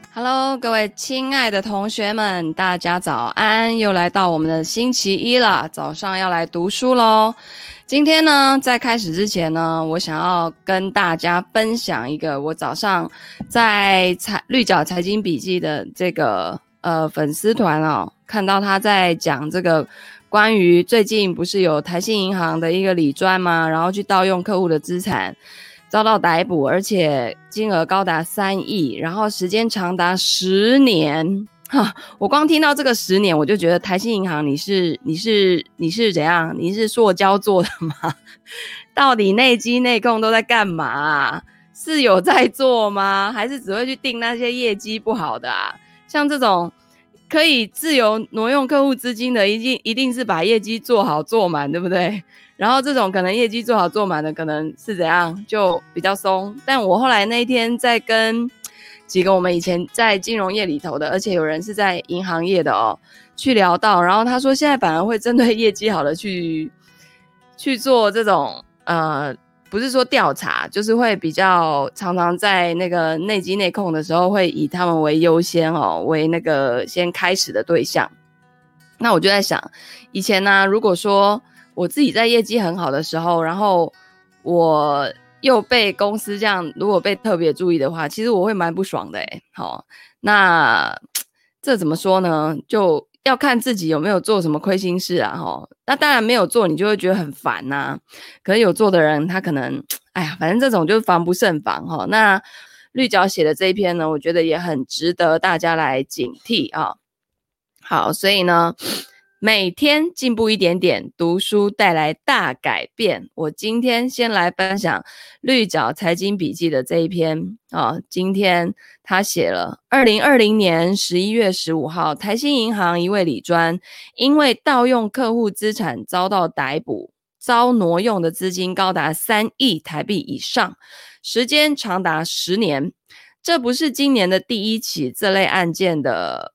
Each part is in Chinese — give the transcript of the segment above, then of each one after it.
Hello，各位亲爱的同学们，大家早安！又来到我们的星期一了，早上要来读书咯。今天呢，在开始之前呢，我想要跟大家分享一个我早上在绿角财经笔记的这个粉丝团哦，看到他在讲这个关于最近不是有台信银行的一个理专吗？然后去盗用客户的资产。遭到逮捕，而且金额高达3亿，然后时间长达10年。哈，我光听到这个10年，我就觉得台信银行你是怎样？你是塑胶做的吗？到底内稽内控都在干嘛啊？是有在做吗？还是只会去定那些业绩不好的啊？像这种可以自由挪用客户资金的，一定是把业绩做好做满，对不对？然后这种可能业绩做好做满的，可能是怎样就比较松。但我后来那一天在跟几个我们以前在金融业里头的，而且有人是在银行业的哦，去聊到，然后他说现在反而会针对业绩好的去做这种不是说调查，就是会比较常常在那个内稽内控的时候，会以他们为优先哦，为那个先开始的对象。那我就在想，以前呢，如果说我自己在业绩很好的时候，然后我又被公司这样，如果被特别注意的话，其实我会蛮不爽的诶。好，那这怎么说呢？就要看自己有没有做什么亏心事啊。那当然没有做，你就会觉得很烦啊。可是有做的人，他可能，哎呀，反正这种就是防不胜防哈。那绿角写的这一篇呢，我觉得也很值得大家来警惕啊。好，所以呢，每天进步一点点，读书带来大改变。我今天先来分享绿角财经笔记的这一篇啊。今天他写了2020年11月15号，台新银行一位理专因为盗用客户资产遭到逮捕，遭挪用的资金高达3亿台币以上，时间长达10年。这不是今年的第一起这类案件的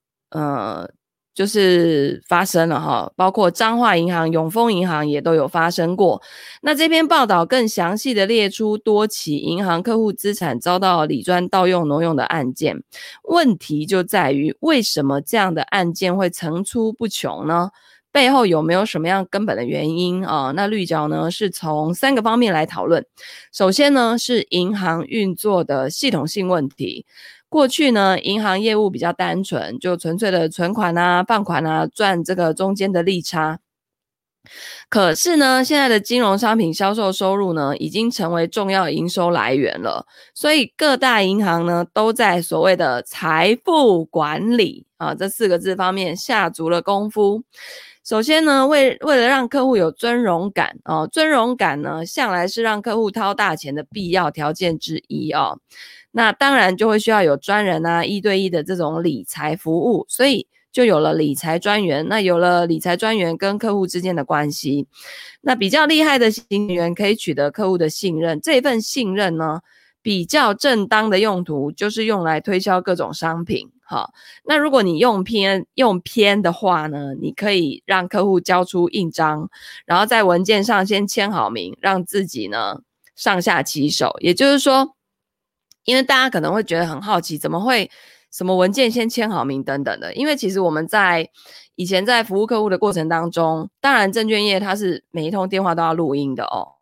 就是发生了哈，包括彰化银行、永丰银行也都有发生过。那这篇报道更详细的列出多起银行客户资产遭到理专盗用挪用的案件。问题就在于，为什么这样的案件会层出不穷呢？背后有没有什么样根本的原因啊？那绿角呢是从3个方面来讨论。首先呢是银行运作的系统性问题。过去呢，银行业务比较单纯，就纯粹的存款啊、放款啊，赚这个中间的利差。可是呢，现在的金融商品销售收入呢，已经成为重要营收来源了。所以各大银行呢，都在所谓的财富管理啊这4个字方面下足了功夫。首先呢，为了让客户有尊荣感哦，尊荣感呢，向来是让客户掏大钱的必要条件之一哦。那当然就会需要有专人啊，1对1的这种理财服务，所以就有了理财专员。那有了理财专员跟客户之间的关系，那比较厉害的行员可以取得客户的信任。这份信任呢，比较正当的用途就是用来推销各种商品。好，那如果你用偏的话呢，你可以让客户交出印章，然后在文件上先签好名，让自己呢上下其手。也就是说，因为大家可能会觉得很好奇，怎么会什么文件先签好名等等的。因为其实我们以前在服务客户的过程当中，当然证券业它是每一通电话都要录音的哦。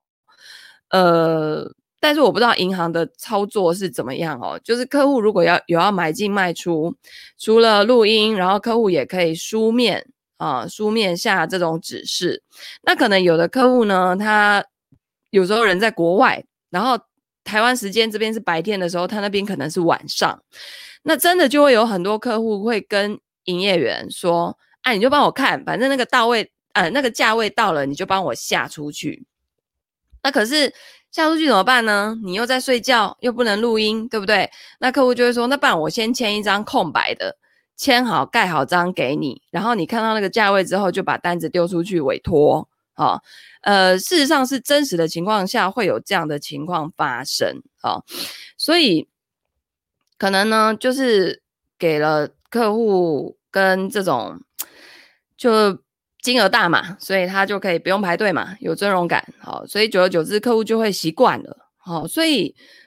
但是我不知道银行的操作是怎么样哦。就是客户如果要买进卖出，除了录音，然后客户也可以书面下这种指示。那可能有的客户呢，他有时候人在国外，然后台湾时间这边是白天的时候，他那边可能是晚上。那真的就会有很多客户会跟营业员说：“你就帮我看，反正那个那个价位到了，你就帮我下出去。”那可是下出去怎么办呢？你又在睡觉，又不能录音，对不对？那客户就会说：“那不然我先签一张空白的，签好盖好章给你，然后你看到那个价位之后，就把单子丢出去委托。”事实上是真实的情况下会有这样的情况发生所以可能呢就是给了客户跟这种就金额大嘛，所以他就可以不用排队嘛，有尊荣感所以久而久之客户就会习惯了所以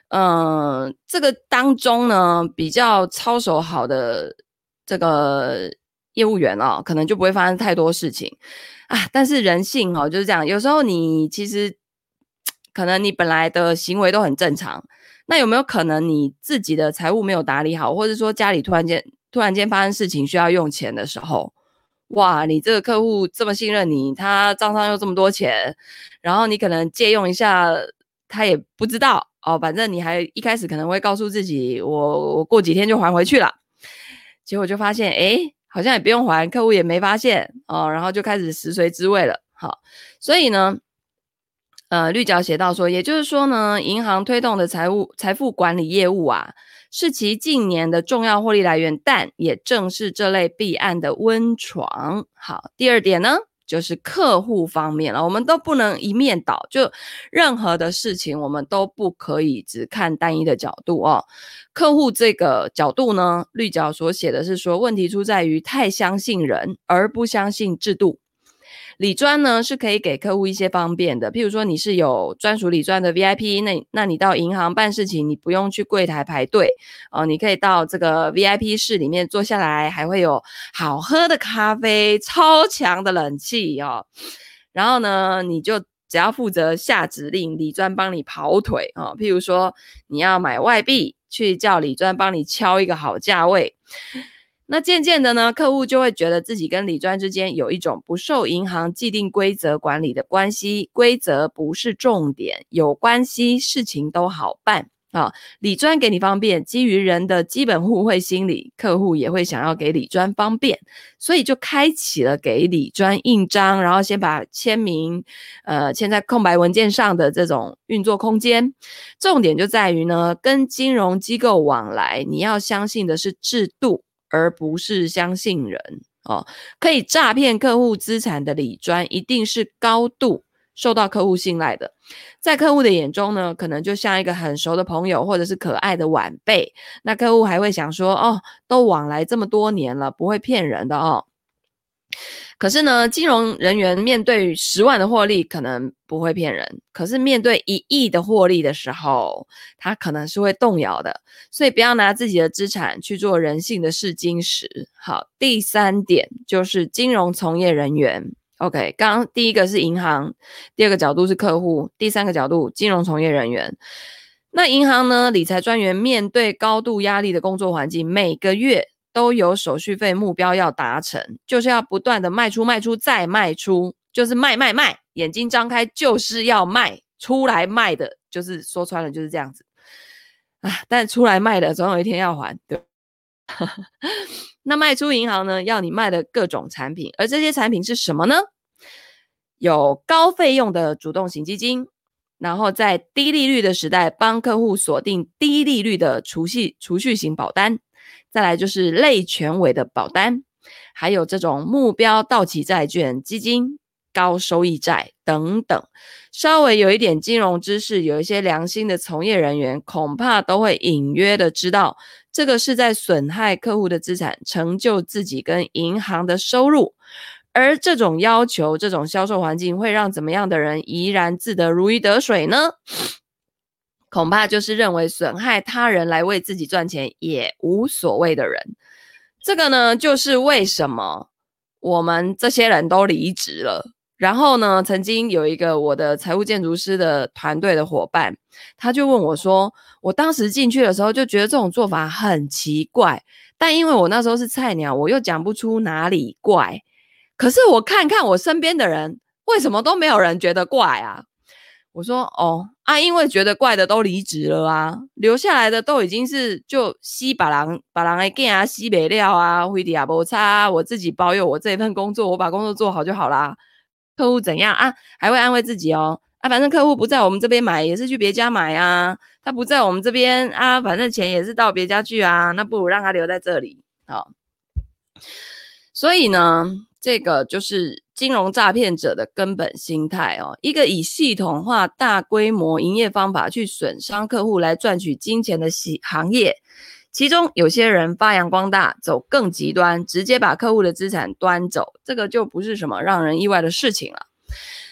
这个当中呢，比较操守好的这个业务员哦，可能就不会发生太多事情啊。但是人性哦就是这样，有时候你其实可能你本来的行为都很正常，那有没有可能你自己的财务没有打理好，或者说家里突然间发生事情需要用钱的时候，哇，你这个客户这么信任你，他账上又这么多钱，然后你可能借用一下，他也不知道哦。反正你还一开始可能会告诉自己，我过几天就还回去了，结果就发现，好像也不用还，客户也没发现哦，然后就开始食髓知味了。好，所以呢，绿角写到说，也就是说呢，银行推动的财富管理业务啊，是其近年的重要获利来源，但也正是这类弊案的温床。好，第二点呢，就是客户方面了，我们都不能一面倒，就任何的事情我们都不可以只看单一的角度哦。客户这个角度呢，绿角所写的是说，问题出在于太相信人而不相信制度。理专呢是可以给客户一些方便的，譬如说你是有专属理专的 VIP， 那你到银行办事情，你不用去柜台排队你可以到这个 VIP 室里面坐下来，还会有好喝的咖啡，超强的冷气哦。然后呢，你就只要负责下指令，理专帮你跑腿譬如说你要买外币，去叫理专帮你敲一个好价位。那渐渐的呢，客户就会觉得自己跟理专之间有一种不受银行既定规则管理的关系，规则不是重点，有关系事情都好办理专给你方便，基于人的基本互惠心理，客户也会想要给理专方便，所以就开启了给理专印章，然后先把签名签在空白文件上的这种运作空间。重点就在于呢，跟金融机构往来，你要相信的是制度，而不是相信人可以诈骗客户资产的理专一定是高度受到客户信赖的，在客户的眼中呢，可能就像一个很熟的朋友或者是可爱的晚辈，那客户还会想说都往来这么多年了，不会骗人的可是呢，金融人员面对10万的获利可能不会骗人，可是面对1亿的获利的时候，他可能是会动摇的，所以不要拿自己的资产去做人性的试金石。好，第3点就是金融从业人员。OK， 刚刚第一个是银行，第二个角度是客户，第3个角度金融从业人员。那银行呢，理财专员面对高度压力的工作环境，每个月都有手续费目标要达成，就是要不断的卖出再卖出，就是卖，眼睛张开就是要卖，出来卖的，就是说穿了就是这样子但出来卖的总有一天要还，对那卖出银行呢，要你卖的各种产品，而这些产品是什么呢？有高费用的主动型基金，然后在低利率的时代帮客户锁定低利率的储蓄型保单，再来就是类全委的保单，还有这种目标到期债券基金、高收益债等等。稍微有一点金融知识，有一些良心的从业人员恐怕都会隐约的知道，这个是在损害客户的资产，成就自己跟银行的收入。而这种要求，这种销售环境会让怎么样的人怡然自得、如鱼得水呢？恐怕就是认为损害他人来为自己赚钱也无所谓的人。这个呢，就是为什么我们这些人都离职了。然后呢，曾经有一个我的财务建筑师的团队的伙伴，他就问我说，我当时进去的时候就觉得这种做法很奇怪，但因为我那时候是菜鸟，我又讲不出哪里怪。可是我看看我身边的人，为什么都没有人觉得怪啊？我说因为觉得怪的都离职了啊，留下来的都已经是就西把人的囝啊，西北料啊，灰底也没差我自己保有我这一份工作，我把工作做好就好啦。客户怎样还会安慰自己反正客户不在我们这边买也是去别家买啊，他不在我们这边反正钱也是到别家去啊，那不如让他留在这里所以呢，这个就是金融诈骗者的根本心态一个以系统化大规模营业方法去损伤客户来赚取金钱的行业，其中有些人发扬光大，走更极端，直接把客户的资产端走，这个就不是什么让人意外的事情了。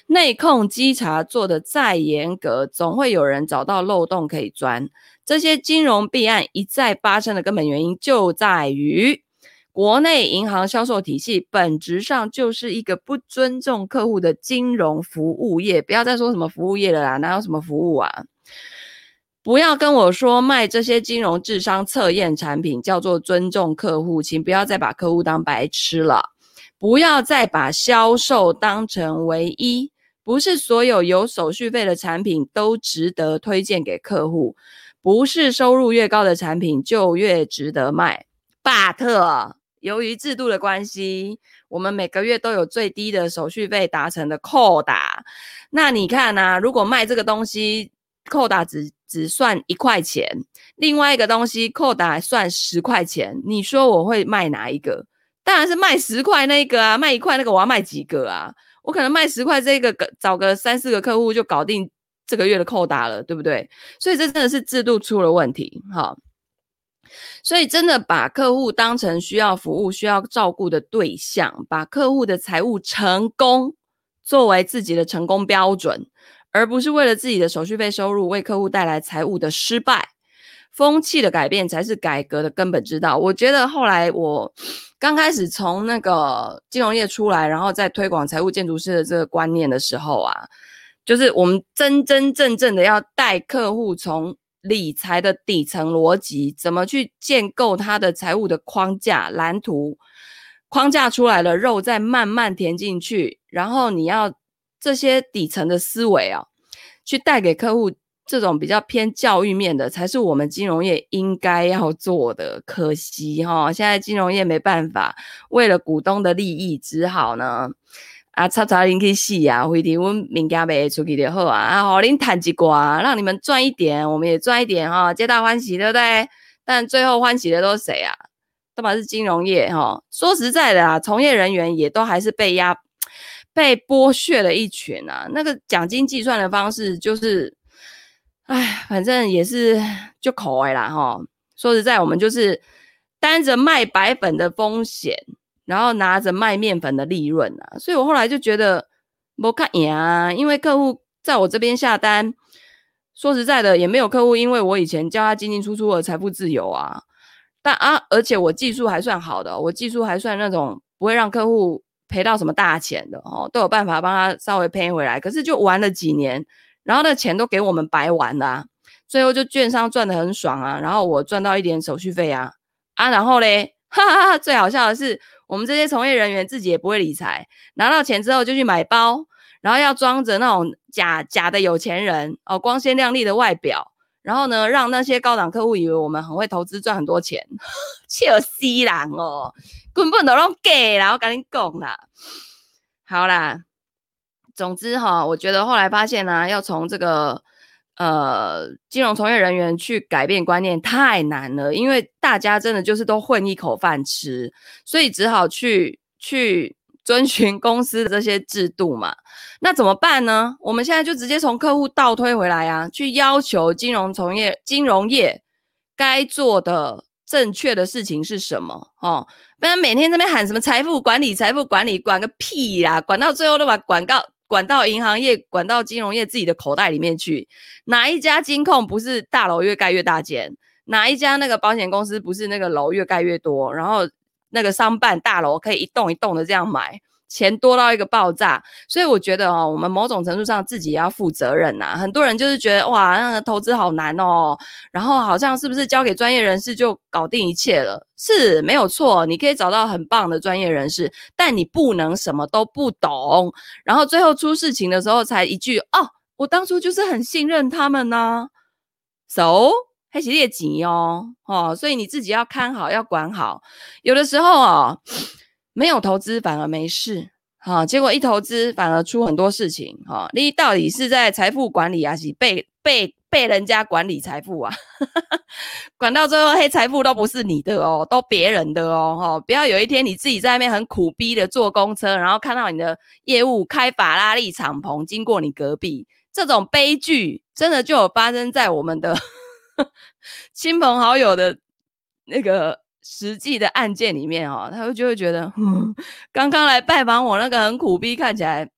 内控稽查做得再严格，总会有人找到漏洞可以钻。这些金融弊案一再发生的根本原因就在于国内银行销售体系本质上就是一个不尊重客户的金融服务业。不要再说什么服务业了啦，哪有什么服务啊？不要跟我说卖这些金融智商测验产品叫做尊重客户，请不要再把客户当白痴了。不要再把销售当成唯一，不是所有有手续费的产品都值得推荐给客户，不是收入越高的产品就越值得卖。But 由于制度的关系，我们每个月都有最低的手续费达成的扣打。那你看啊，如果卖这个东西扣打只算1块钱，另外一个东西扣打算10块钱，你说我会卖哪一个？当然是卖10块那个啊，卖1块那个我要卖几个啊？我可能卖10块这个找个3-4个客户就搞定这个月的扣打了，对不对？所以这真的是制度出了问题。好，所以真的把客户当成需要服务需要照顾的对象，把客户的财务成功作为自己的成功标准，而不是为了自己的手续费收入为客户带来财务的失败。风气的改变才是改革的根本之道。我觉得后来我刚开始从那个金融业出来，然后再推广财务建筑师的这个观念的时候啊，就是我们真真正正的要带客户从理财的底层逻辑，怎么去建构他的财务的框架蓝图，框架出来了，肉再慢慢填进去，然后你要这些底层的思维啊，去带给客户这种比较偏教育面的，才是我们金融业应该要做的。可惜现在金融业没办法，为了股东的利益，只好呢插恁去死啊！回头我们物件卖出去就好啊！好恁谈一寡，让你们赚一点，我们也赚一点皆大欢喜，对不对？但最后欢喜的都是谁啊？都嘛是金融业说实在的啊，从业人员也都还是被剥削了一群啊。那个奖金计算的方式就是。反正也是就口味啦说实在，我们就是担着卖白粉的风险，然后拿着卖面粉的利润啊。所以我后来就觉得没看赢啊，因为客户在我这边下单，说实在的，也没有客户因为我以前教他进进出出而财富自由啊。而且我技术还算好的，我技术还算那种不会让客户赔到什么大钱的都有办法帮他稍微赔回来。可是就玩了几年。然后那钱都给我们白玩了最后就券商赚得很爽啊，然后我赚到一点手续费啊，然后嘞，最好笑的是，我们这些从业人员自己也不会理财，拿到钱之后就去买包，然后要装着那种假的有钱人光鲜亮丽的外表，然后呢，让那些高档客户以为我们很会投资赚很多钱，笑死人根本都弄假啦，我跟你讲啦，好啦。总之我觉得后来发现要从这个金融从业人员去改变观念太难了，因为大家真的就是都混一口饭吃，所以只好去遵循公司的这些制度嘛。那怎么办呢？我们现在就直接从客户倒推回来啊，去要求金融业该做的正确的事情是什么不然每天在那边喊什么财富管理管个屁啦，管到最后都把管到银行业，管到金融业自己的口袋里面去。哪一家金控不是大楼越盖越大间？哪一家那个保险公司不是那个楼越盖越多？然后那个商办大楼可以一栋一栋的这样买，钱多到一个爆炸。所以我觉得我们某种程度上自己也要负责任啊。很多人就是觉得哇，那个投资好难然后好像是不是交给专业人士就搞定一切了？是没有错，你可以找到很棒的专业人士，但你不能什么都不懂，然后最后出事情的时候才一句我当初就是很信任他们啊。So还是列钱所以你自己要看好，要管好。有的时候没有投资反而没事结果一投资反而出很多事情你到底是在财富管理还是被人家管理财富啊管到最后黑财富都不是你的都别人的不要有一天你自己在那边很苦逼的坐公车，然后看到你的业务开法拉利敞篷经过你隔壁，这种悲剧真的就有发生在我们的亲朋好友的那个实际的案件里面他就会觉得刚刚来拜访我那个很苦逼看起来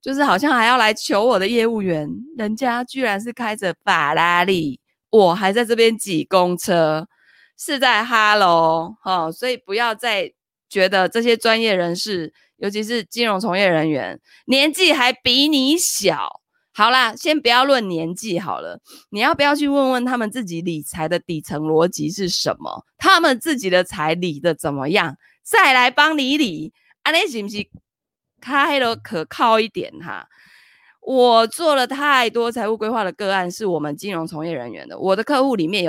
就是好像还要来求我的业务员，人家居然是开着法拉利，我还在这边挤公车，是在哈喽所以不要再觉得这些专业人士，尤其是金融从业人员，年纪还比你小。好啦，先不要论年纪好了，你要不要去问问他们自己理财的底层逻辑是什么？他们自己的财理的怎么样？再来帮你理，这样是不是开了可靠一点哈？我做了太多财务规划的个案，是我们金融从业人员的。我的客户里面有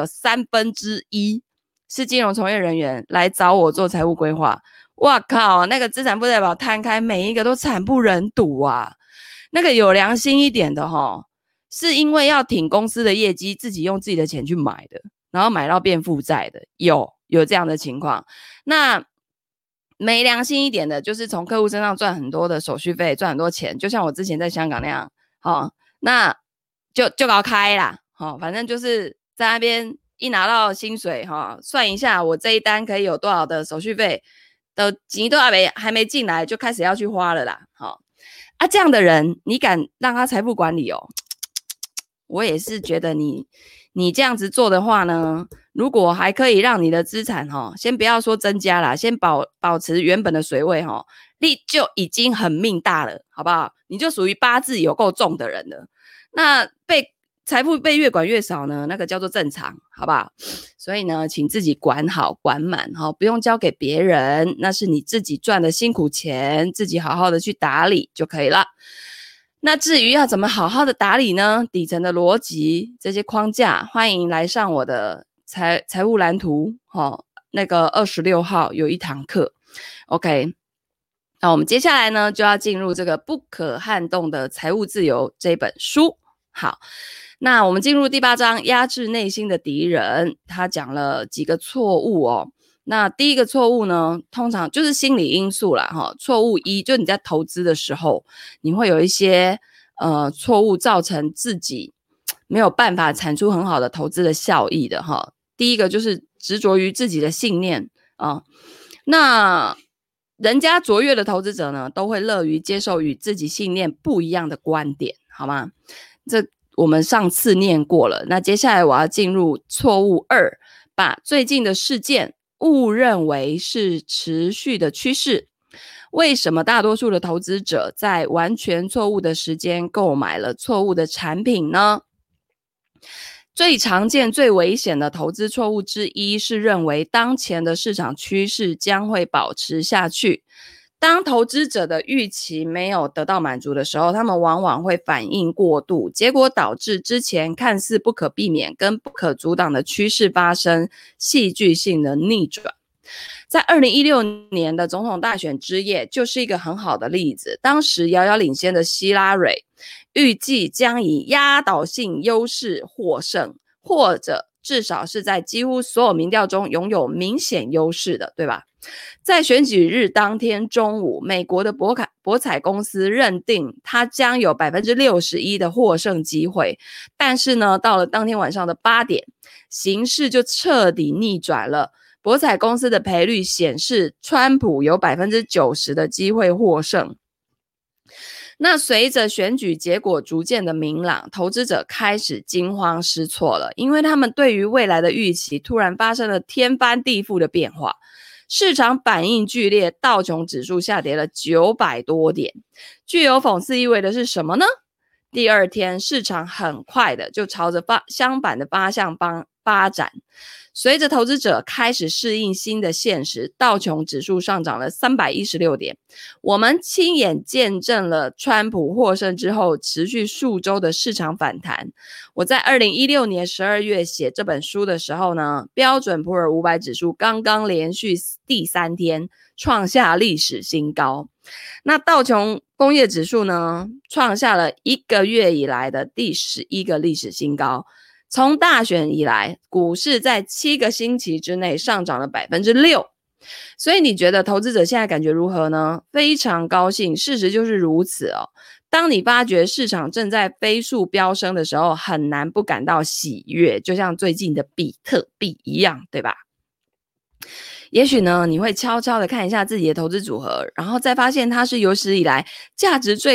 1/3是金融从业人员来找我做财务规划。哇靠，那个资产负债表摊开，每一个都惨不忍睹啊！那个有良心一点的是因为要挺公司的业绩，自己用自己的钱去买的，然后买到变负债的，有这样的情况。那没良心一点的，就是从客户身上赚很多的手续费，赚很多钱，就像我之前在香港那样，那就搞开啦，反正就是在那边一拿到薪水，算一下我这一单可以有多少的手续费，的钱都还没进来，就开始要去花了啦，这样的人，你敢让他财富管理我也是觉得你这样子做的话呢，如果还可以让你的资产先不要说增加啦，先保持原本的水位你就已经很命大了，好不好？你就属于八字有够重的人了。那财富被越管越少呢，那个叫做正常，好不好？所以呢，请自己管好管满不用交给别人，那是你自己赚的辛苦钱，自己好好的去打理就可以了。那至于要怎么好好的打理呢？底层的逻辑这些框架，欢迎来上我的财务蓝图那个26号有一堂课 OK。 那我们接下来呢就要进入这个不可撼动的财务自由这本书。好，那我们进入第8章压制内心的敌人，他讲了几个错误那第一个错误呢，通常就是心理因素啦错误1，就你在投资的时候，你会有一些错误造成自己没有办法产出很好的投资的效益的第一个就是执着于自己的信念那人家卓越的投资者呢，都会乐于接受与自己信念不一样的观点，好吗？这我们上次念过了，那接下来我要进入错误2，把最近的事件误认为是持续的趋势。为什么大多数的投资者在完全错误的时间购买了错误的产品呢？最常见、最危险的投资错误之一是认为当前的市场趋势将会保持下去。当投资者的预期没有得到满足的时候，他们往往会反应过度，结果导致之前看似不可避免跟不可阻挡的趋势发生戏剧性的逆转。在2016年的总统大选之夜就是一个很好的例子，当时遥遥领先的希拉蕊预计将以压倒性优势获胜，或者至少是在几乎所有民调中拥有明显优势的，对吧？在选举日当天中午，美国的博彩公司认定他将有 61% 的获胜机会，但是呢，到了当天晚上的8点，形势就彻底逆转了。博彩公司的赔率显示，川普有 90% 的机会获胜。那随着选举结果逐渐的明朗，投资者开始惊慌失措了，因为他们对于未来的预期突然发生了天翻地覆的变化。市场反应剧烈，道琼指数下跌了900多点。具有讽刺意味的是什么呢？第二天，市场很快的就朝着相反的方向发展。随着投资者开始适应新的现实，道琼指数上涨了316点。我们亲眼见证了川普获胜之后持续数周的市场反弹。我在2016年12月写这本书的时候呢，标准普尔500指数刚刚连续第3天创下历史新高。那道琼工业指数呢，创下了1个月以来的第11个历史新高。从大选以来，股市在7个星期之内上涨了 6%。 所以你觉得投资者现在感觉如何呢？非常高兴，事实就是如此当你发觉市场正在飞速飙升的时候，很难不感到喜悦，就像最近的比特币一样，对吧？也许呢，你会悄悄的看一下自己的投资组合，然后再发现它是有史以来价值最高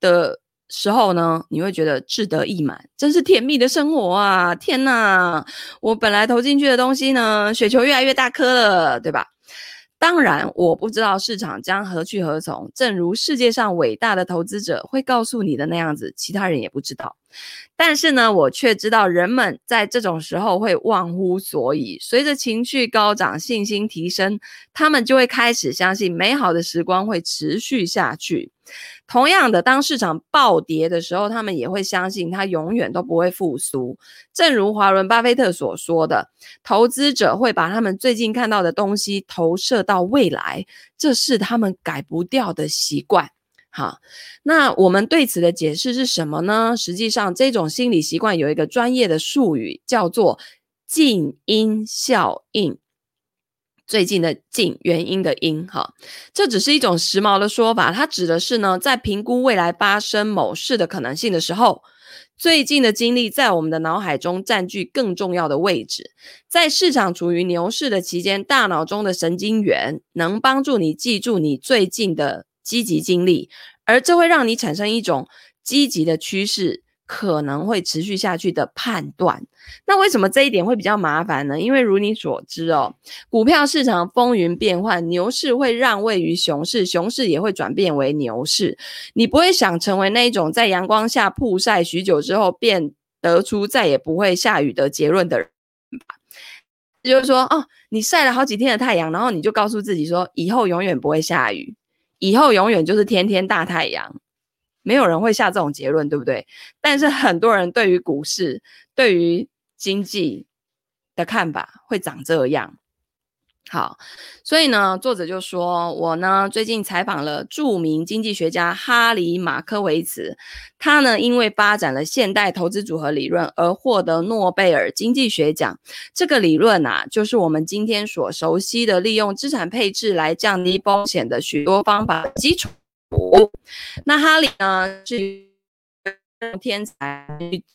的时候呢，你会觉得志得意满，真是甜蜜的生活啊！天哪，我本来投进去的东西呢，雪球越来越大颗了，对吧？当然，我不知道市场将何去何从，正如世界上伟大的投资者会告诉你的那样子，其他人也不知道。但是呢，我却知道人们在这种时候会忘乎所以，随着情绪高涨，信心提升，他们就会开始相信美好的时光会持续下去。同样的，当市场暴跌的时候，他们也会相信它永远都不会复苏。正如华伦·巴菲特所说的，投资者会把他们最近看到的东西投射到未来，这是他们改不掉的习惯。好，那我们对此的解释是什么呢？实际上，这种心理习惯有一个专业的术语，叫做近因效应。最近的近，原因的因，这只是一种时髦的说法，它指的是呢，在评估未来发生某事的可能性的时候，最近的经历在我们的脑海中占据更重要的位置。在市场处于牛市的期间，大脑中的神经元能帮助你记住你最近的积极经历，而这会让你产生一种积极的趋势可能会持续下去的判断。那为什么这一点会比较麻烦呢？因为如你所知股票市场风云变幻，牛市会让位于熊市，熊市也会转变为牛市。你不会想成为那种在阳光下曝晒许久之后便得出再也不会下雨的结论的人吧？就是说你晒了好几天的太阳，然后你就告诉自己说以后永远不会下雨，以后永远就是天天大太阳。没有人会下这种结论，对不对？但是很多人对于股市、对于经济的看法会长这样。好，所以呢，作者就说，我呢最近采访了著名经济学家哈里·马科维茨，他呢因为发展了现代投资组合理论而获得诺贝尔经济学奖。这个理论就是我们今天所熟悉的利用资产配置来降低风险的许多方法的基础。那哈里呢是天才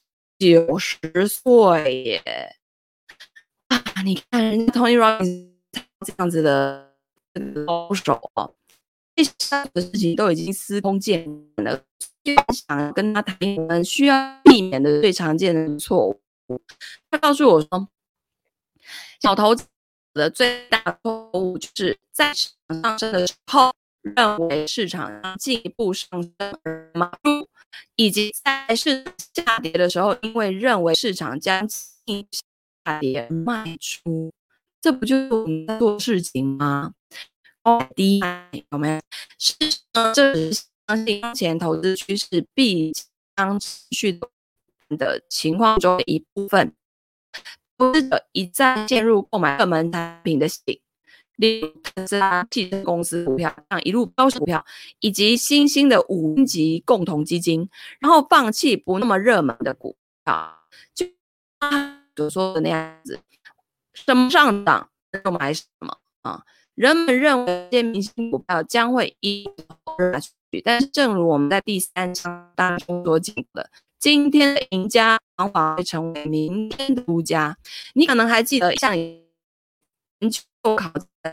，90岁耶！你看人家 Tony Robbins 这样子的高手这些的事情都已经司空见惯了，就想跟他谈我们需要避免的最常见的错误。他告诉我说，小投资的最大的错误就是在市场上升的时候，认为市场进一步上升而买入，以及在市场下跌的时候，因为认为市场将进一步下跌卖出。这不就是我们在做事情吗？低有没有？事实上，这只是相信当前投资趋势必将持续的情况中的一部分。投资者一再陷入购买热门产品的陷阱，例如特斯拉汽车公司股票，像一路飙升股票，以及新兴的5星级共同基金，然后放弃不那么热门的股票，就他所说的那样子，什么上涨就买什么人们认为这些明星股票将会一直下去，但是正如我们在第3章当中所讲的，今天的赢家往往会成为明天的输家。你可能还记得像研究考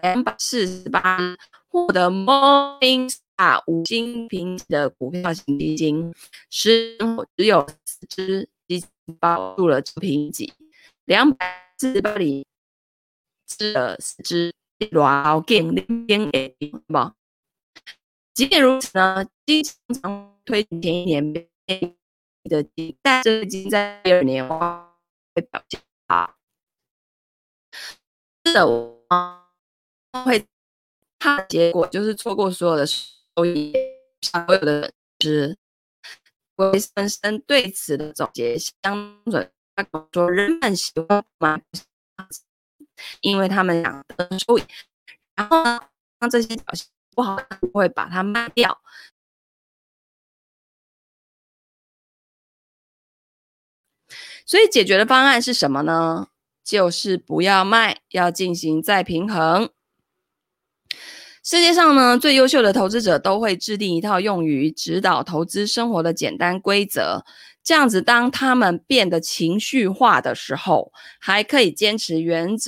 248获得 Morningstar 5星评级的股票型基金，只有4只基金保住了这评级，248里的4只偌劲0.1吧。即便如此呢，经常推前一年的但这个基金在第2年会表现好。是的，会它的结果就是错过所有的收益，所有的是维森森对此的总结相准。他说，人们喜欢买，因为他们想得收益，然后呢，当这些表现不好，会把它卖掉。所以解决的方案是什么呢？就是不要卖，要进行再平衡。世界上呢，最优秀的投资者都会制定一套用于指导投资生活的简单规则，这样子当他们变得情绪化的时候，还可以坚持原则，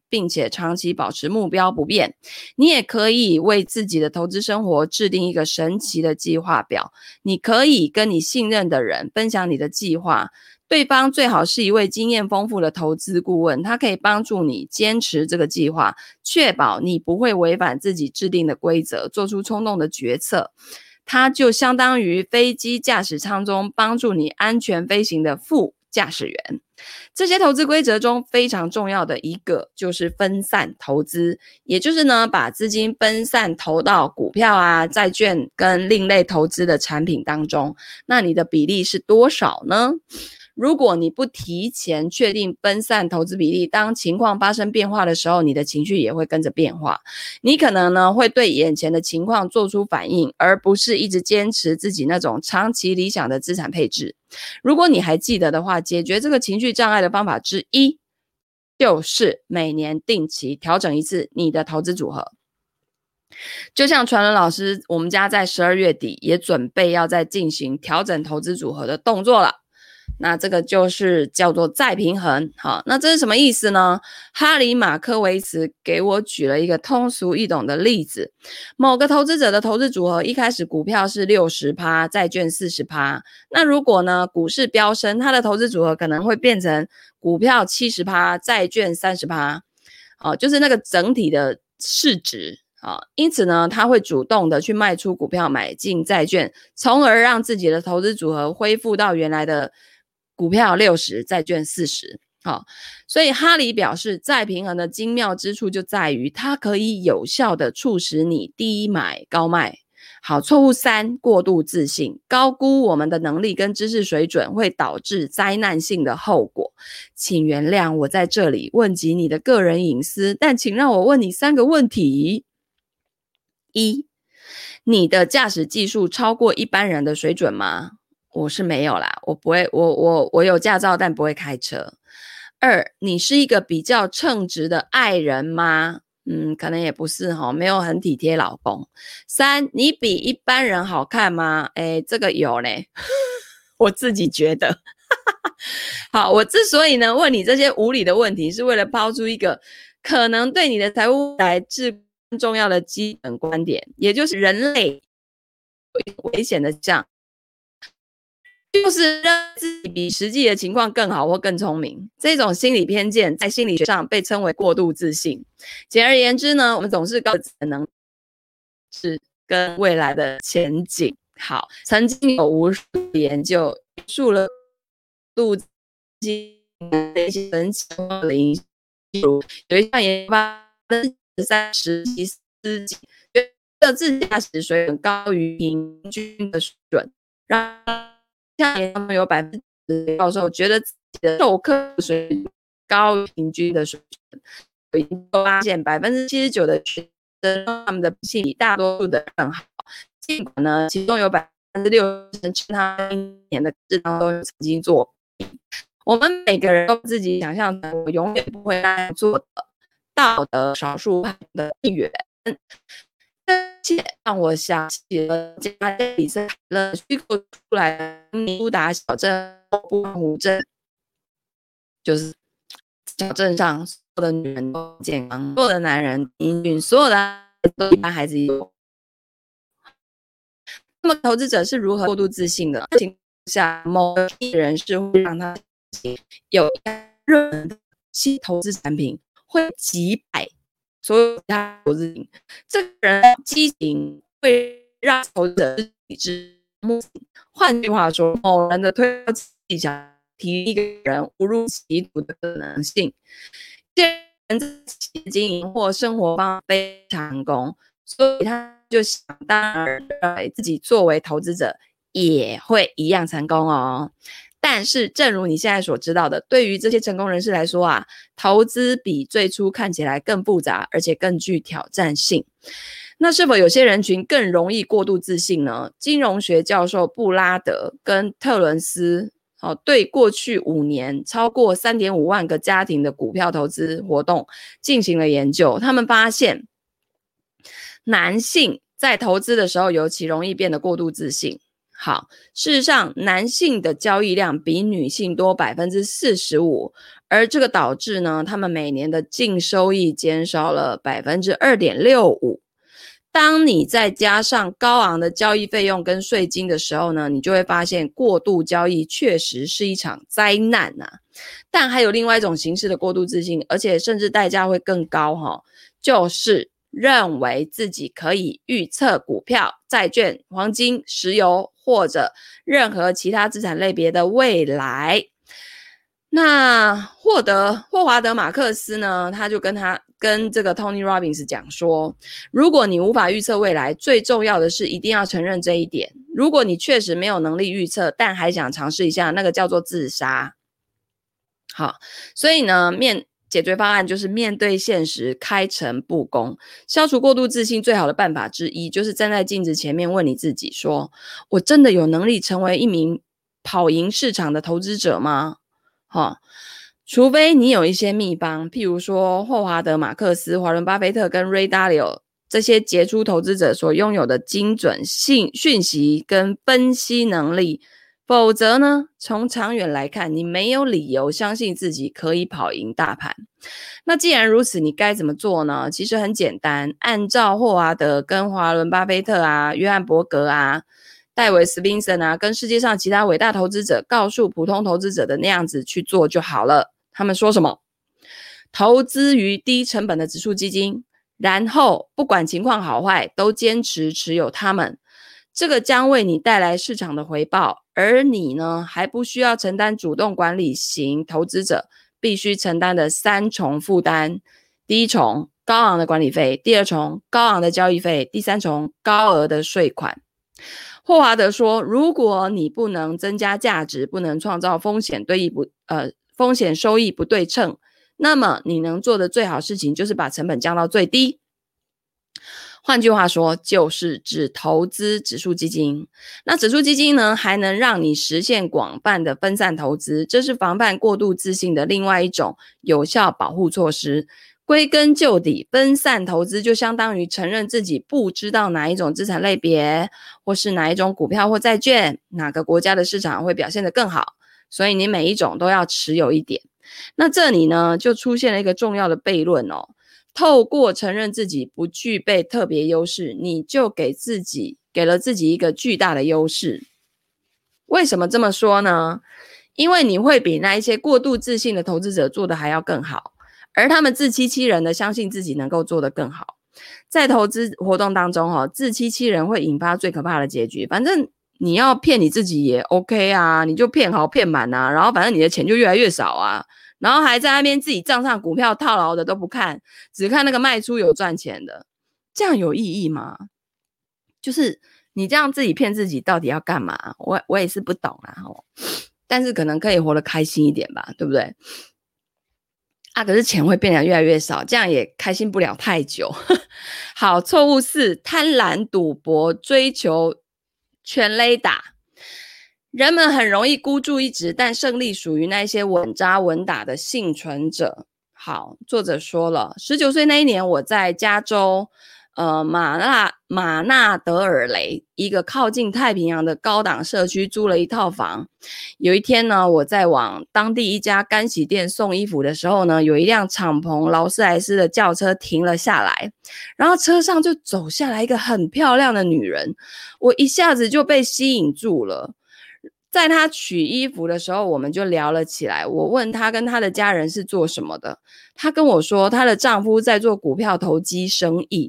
并且长期保持目标不变。你也可以为自己的投资生活制定一个神奇的计划表，你可以跟你信任的人分享你的计划，对方最好是一位经验丰富的投资顾问，他可以帮助你坚持这个计划，确保你不会违反自己制定的规则，做出冲动的决策。它就相当于飞机驾驶舱中帮助你安全飞行的副驾驶员。这些投资规则中非常重要的一个就是分散投资，也就是呢，把资金分散投到股票啊、债券跟另类投资的产品当中。那你的比例是多少呢？如果你不提前确定分散投资比例，当情况发生变化的时候，你的情绪也会跟着变化。你可能呢会对眼前的情况做出反应，而不是一直坚持自己那种长期理想的资产配置。如果你还记得的话，解决这个情绪障碍的方法之一，就是每年定期调整一次你的投资组合。就像传伦老师，我们家在12月底也准备要再进行调整投资组合的动作了。那这个就是叫做再平衡。好，那这是什么意思呢？哈里马科维茨给我举了一个通俗易懂的例子。某个投资者的投资组合一开始股票是 60%， 债券 40%。那如果呢股市飙升，他的投资组合可能会变成股票 70%， 债券 30%。就是那个整体的市值。因此呢，他会主动的去卖出股票，买进债券，从而让自己的投资组合恢复到原来的股票60，债券40。所以哈里表示，再平衡的精妙之处就在于它可以有效的促使你低买高卖。好，错误3，过度自信。高估我们的能力跟知识水准会导致灾难性的后果。请原谅我在这里问及你的个人隐私，但请让我问你3个问题。1，你的驾驶技术超过一般人的水准吗？我是没有啦，我不会，我有驾照但不会开车。2，你是一个比较称职的爱人吗？可能也不是没有很体贴老公。3，你比一般人好看吗？这个有嘞，我自己觉得。好，我之所以呢问你这些无理的问题，是为了抛出一个可能对你的财务来至关重要的基本观点，也就是人类有危险的项，就是让自己比实际的情况更好或更聪明。这种心理偏见在心理学上被称为过度自信。简而言之呢，我们总是高自能是跟未来的前景。好，曾经有无数研究数了度自信的一些神奇的因素，有一项研发的30司机觉得自己驾驶水准高于平均的水准，让下面他们有10%的教授觉得自己的授课水准高于平均的水准。有研究发现79%的学生他们的脾气比大多数的人更好，尽管呢其中有60%他们一年的智商都曾经作弊。我们每个人都自己想象的我永远不会那样做的道德少数派的一员。这些让我想起了加里森了虚构出来的尼苏达小镇布湖镇，就是小镇上所有的女人都健康，所有的男人英俊，所有的孩子都一般孩子有。那么投资者是如何过度自信的情况下，某一人是会让他有热门的新投资产品会击败所有其他投资人，这个人激情会让投资者理智目醒。换句话说，某人的推销技巧提一个人误入歧途的可能性。这人在企业经营或生活方非常成功，所以他就想当然认为自己作为投资者也会一样成功哦。但是正如你现在所知道的，对于这些成功人士来说啊，投资比最初看起来更复杂，而且更具挑战性。那是否有些人群更容易过度自信呢？金融学教授布拉德跟特伦斯对过去5年超过 3.5 万个家庭的股票投资活动进行了研究。他们发现男性在投资的时候尤其容易变得过度自信。 好，事实上，男性的交易量比女性多45%，而这个导致呢，他们每年的净收益减少了2.65%。当你再加上高昂的交易费用跟税金的时候呢，你就会发现过度交易确实是一场灾难啊。但还有另外一种形式的过度自信，而且甚至代价会更高就是认为自己可以预测股票、债券、黄金、石油或者任何其他资产类别的未来。那霍华德马克思呢，他就跟这个 Tony Robbins 讲说，如果你无法预测未来，最重要的是一定要承认这一点。如果你确实没有能力预测，但还想尝试一下，那个叫做自杀。好，所以呢，解决方案就是面对现实，开诚布公。消除过度自信最好的办法之一，就是站在镜子前面问你自己说，我真的有能力成为一名跑赢市场的投资者吗？除非你有一些秘方，譬如说霍华德马克思、华伦巴菲特跟 Ray Dalio 这些杰出投资者所拥有的精准讯息跟分析能力，否则呢，从长远来看，你没有理由相信自己可以跑赢大盘。那既然如此，你该怎么做呢？其实很简单，按照霍华德跟华伦巴菲特啊、约翰伯格啊、戴维斯宾森啊，跟世界上其他伟大投资者告诉普通投资者的那样子去做就好了。他们说什么？投资于低成本的指数基金，然后不管情况好坏，都坚持持有它们。这个将为你带来市场的回报，而你呢，还不需要承担主动管理型投资者必须承担的3重负担。第一重，高昂的管理费；第二重，高昂的交易费；第三重，高额的税款。霍华德说，如果你不能增加价值，不能创造风险收益不对称，那么你能做的最好事情就是把成本降到最低。换句话说，就是只投资指数基金。那指数基金呢，还能让你实现广泛的分散投资，这是防范过度自信的另外一种有效保护措施。归根究底，分散投资就相当于承认自己不知道哪一种资产类别，或是哪一种股票或债券，哪个国家的市场会表现得更好，所以你每一种都要持有一点。那这里呢，就出现了一个重要的悖论透过承认自己不具备特别优势，你就给了自己一个巨大的优势。为什么这么说呢？因为你会比那一些过度自信的投资者做的还要更好，而他们自欺欺人的相信自己能够做得更好。在投资活动当中自欺欺人会引发最可怕的结局。反正你要骗你自己也 OK 啊，你就骗好骗满啊，然后反正你的钱就越来越少啊，然后还在那边自己账上股票套牢的都不看，只看那个卖出有赚钱的，这样有意义吗？就是你这样自己骗自己到底要干嘛？我也是不懂啦但是可能可以活得开心一点吧，对不对？可是钱会变得越来越少，这样也开心不了太久。好，错误4，贪婪赌博，追求全垒打。人们很容易孤注一掷，但胜利属于那些稳扎稳打的幸存者。好，作者说了，19岁那一年，我在加州马纳德尔雷一个靠近太平洋的高档社区租了一套房。有一天呢，我在往当地一家干洗店送衣服的时候呢，有一辆敞篷劳斯莱斯的轿车停了下来，然后车上就走下来一个很漂亮的女人，我一下子就被吸引住了。在她取衣服的时候，我们就聊了起来。我问她跟她的家人是做什么的，她跟我说她的丈夫在做股票投机生意，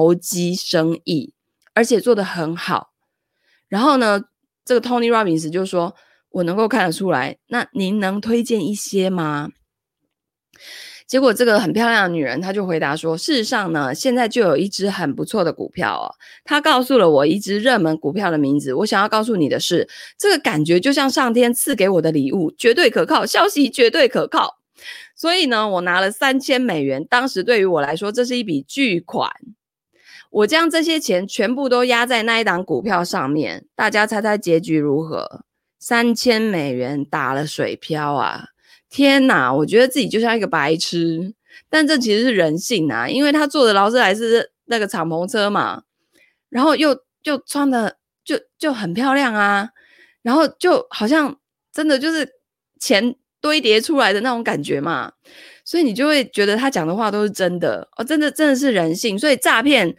而且做得很好。然后呢，这个 Tony Robbins 就说，我能够看得出来，那您能推荐一些吗？结果这个很漂亮的女人她就回答说，事实上呢，现在就有一只很不错的股票她告诉了我一只热门股票的名字。我想要告诉你的是，这个感觉就像上天赐给我的礼物，绝对可靠，消息绝对可靠。所以呢，我拿了$3000，当时对于我来说这是一笔巨款。我将这些钱全部都压在那一档股票上面，大家猜猜结局如何？$3000打了水漂啊！天哪，我觉得自己就像一个白痴，但这其实是人性因为他坐的劳斯莱斯那个敞篷车嘛，然后又穿的就很漂亮啊，然后就好像真的就是钱堆叠出来的那种感觉嘛，所以你就会觉得他讲的话都是真的哦，真的是人性。所以诈骗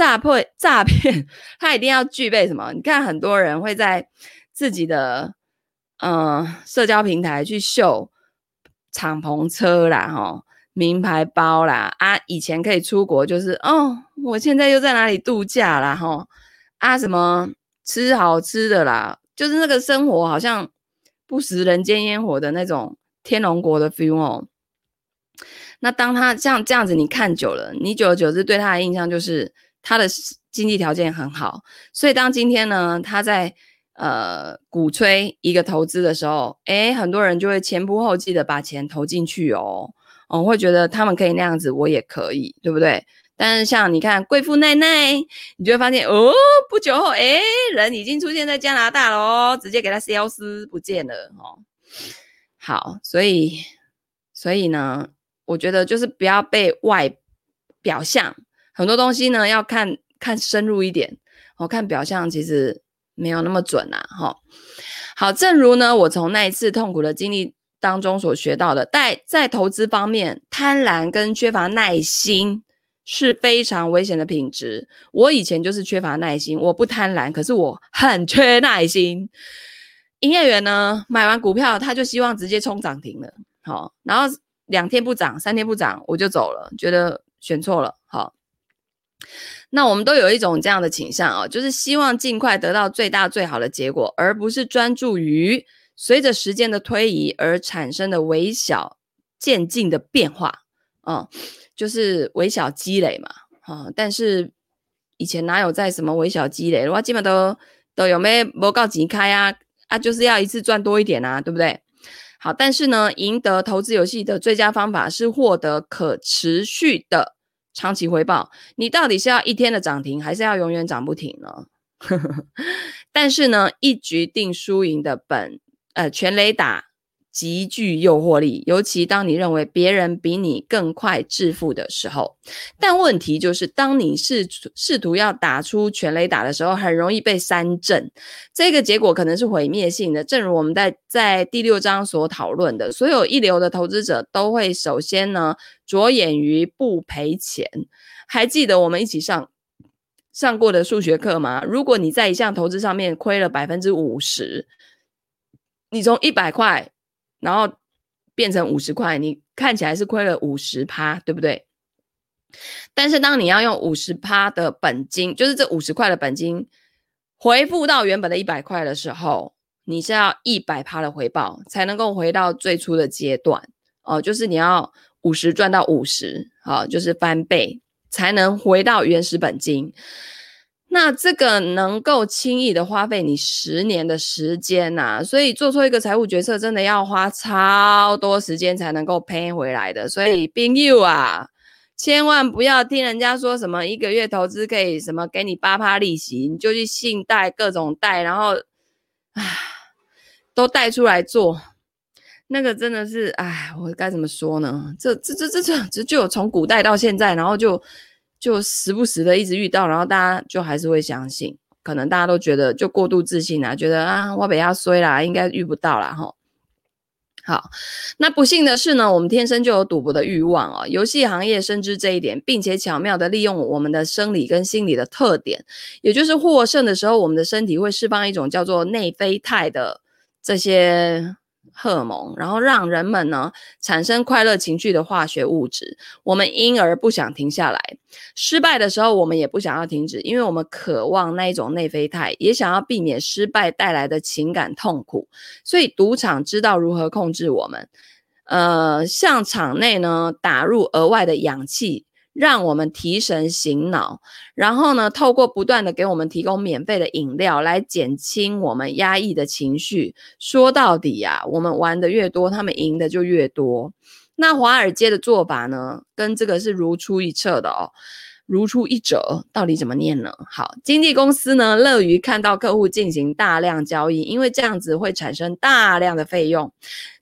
他一定要具备什么？你看很多人会在自己的社交平台去秀敞篷车啦，名牌包啦，以前可以出国就是我现在又在哪里度假啦，什么吃好吃的啦，就是那个生活好像不食人间烟火的那种天龙国的 feel 哦。那当他像这样子你看久了，你久而久之对他的印象就是他的经济条件很好，所以当今天呢他在鼓吹一个投资的时候，很多人就会前仆后继的把钱投进去哦，会觉得他们可以那样子，我也可以，对不对？但是像你看贵妇奈奈，你就会发现不久后人已经出现在加拿大了哦，直接给他消失不见了哦。好，所以呢，我觉得就是不要被外表象，很多东西呢要看深入一点看表象其实没有那么准啊好，正如呢我从那一次痛苦的经历当中所学到的，在投资方面，贪婪跟缺乏耐心是非常危险的品质。我以前就是缺乏耐心，我不贪婪，可是我很缺耐心。营业员呢买完股票他就希望直接冲涨停了，然后2天不涨3天不涨我就走了，觉得选错了。那我们都有一种这样的倾向就是希望尽快得到最大最好的结果，而不是专注于随着时间的推移而产生的微小渐进的变化就是微小积累嘛但是以前哪有在什么微小积累，我基本都有没没够钱开就是要一次赚多一点对不对？好，但是呢，赢得投资游戏的最佳方法是获得可持续的长期回报。你到底是要1天的涨停，还是要永远涨不停呢？但是呢，一局定输赢的全垒打极具诱惑力，尤其当你认为别人比你更快致富的时候。但问题就是，当你试图要打出全垒打的时候，很容易被三振，这个结果可能是毁灭性的。正如我们在第6章所讨论的，所有一流的投资者都会首先呢着眼于不赔钱。还记得我们一起上过的数学课吗？如果你在一项投资上面亏了 50%， 你从100块然后变成50块，你看起来是亏了 50%， 对不对？但是当你要用 50% 的本金，就是这50块的本金回复到原本的100块的时候，你是要 100% 的回报才能够回到最初的阶段就是你要50赚到50就是翻倍才能回到原始本金。那这个能够轻易的花费你10年的时间所以做错一个财务决策真的要花超多时间才能够赔回来的。所以朋友千万不要听人家说什么1个月投资可以什么给你 8% 利息，你就去信贷各种贷，然后都贷出来做，那个真的是我该怎么说呢？这就有从古代到现在，然后就时不时的一直遇到，然后大家就还是会相信，可能大家都觉得就过度自信觉得我不要衰啦，应该遇不到啦好，那不幸的是呢，我们天生就有赌博的欲望游戏行业深知这一点，并且巧妙的利用我们的生理跟心理的特点，也就是获胜的时候，我们的身体会释放一种叫做内啡肽的这些荷尔蒙，然后让人们呢产生快乐情绪的化学物质，我们因而不想停下来。失败的时候我们也不想要停止，因为我们渴望那一种内啡肽，也想要避免失败带来的情感痛苦。所以赌场知道如何控制我们向场内呢打入额外的氧气，让我们提神醒脑，然后呢透过不断的给我们提供免费的饮料来减轻我们压抑的情绪。说到底我们玩的越多，他们赢的就越多。那华尔街的做法呢跟这个是如出一辙的如出一辙，到底怎么念呢？好，经纪公司呢乐于看到客户进行大量交易，因为这样子会产生大量的费用。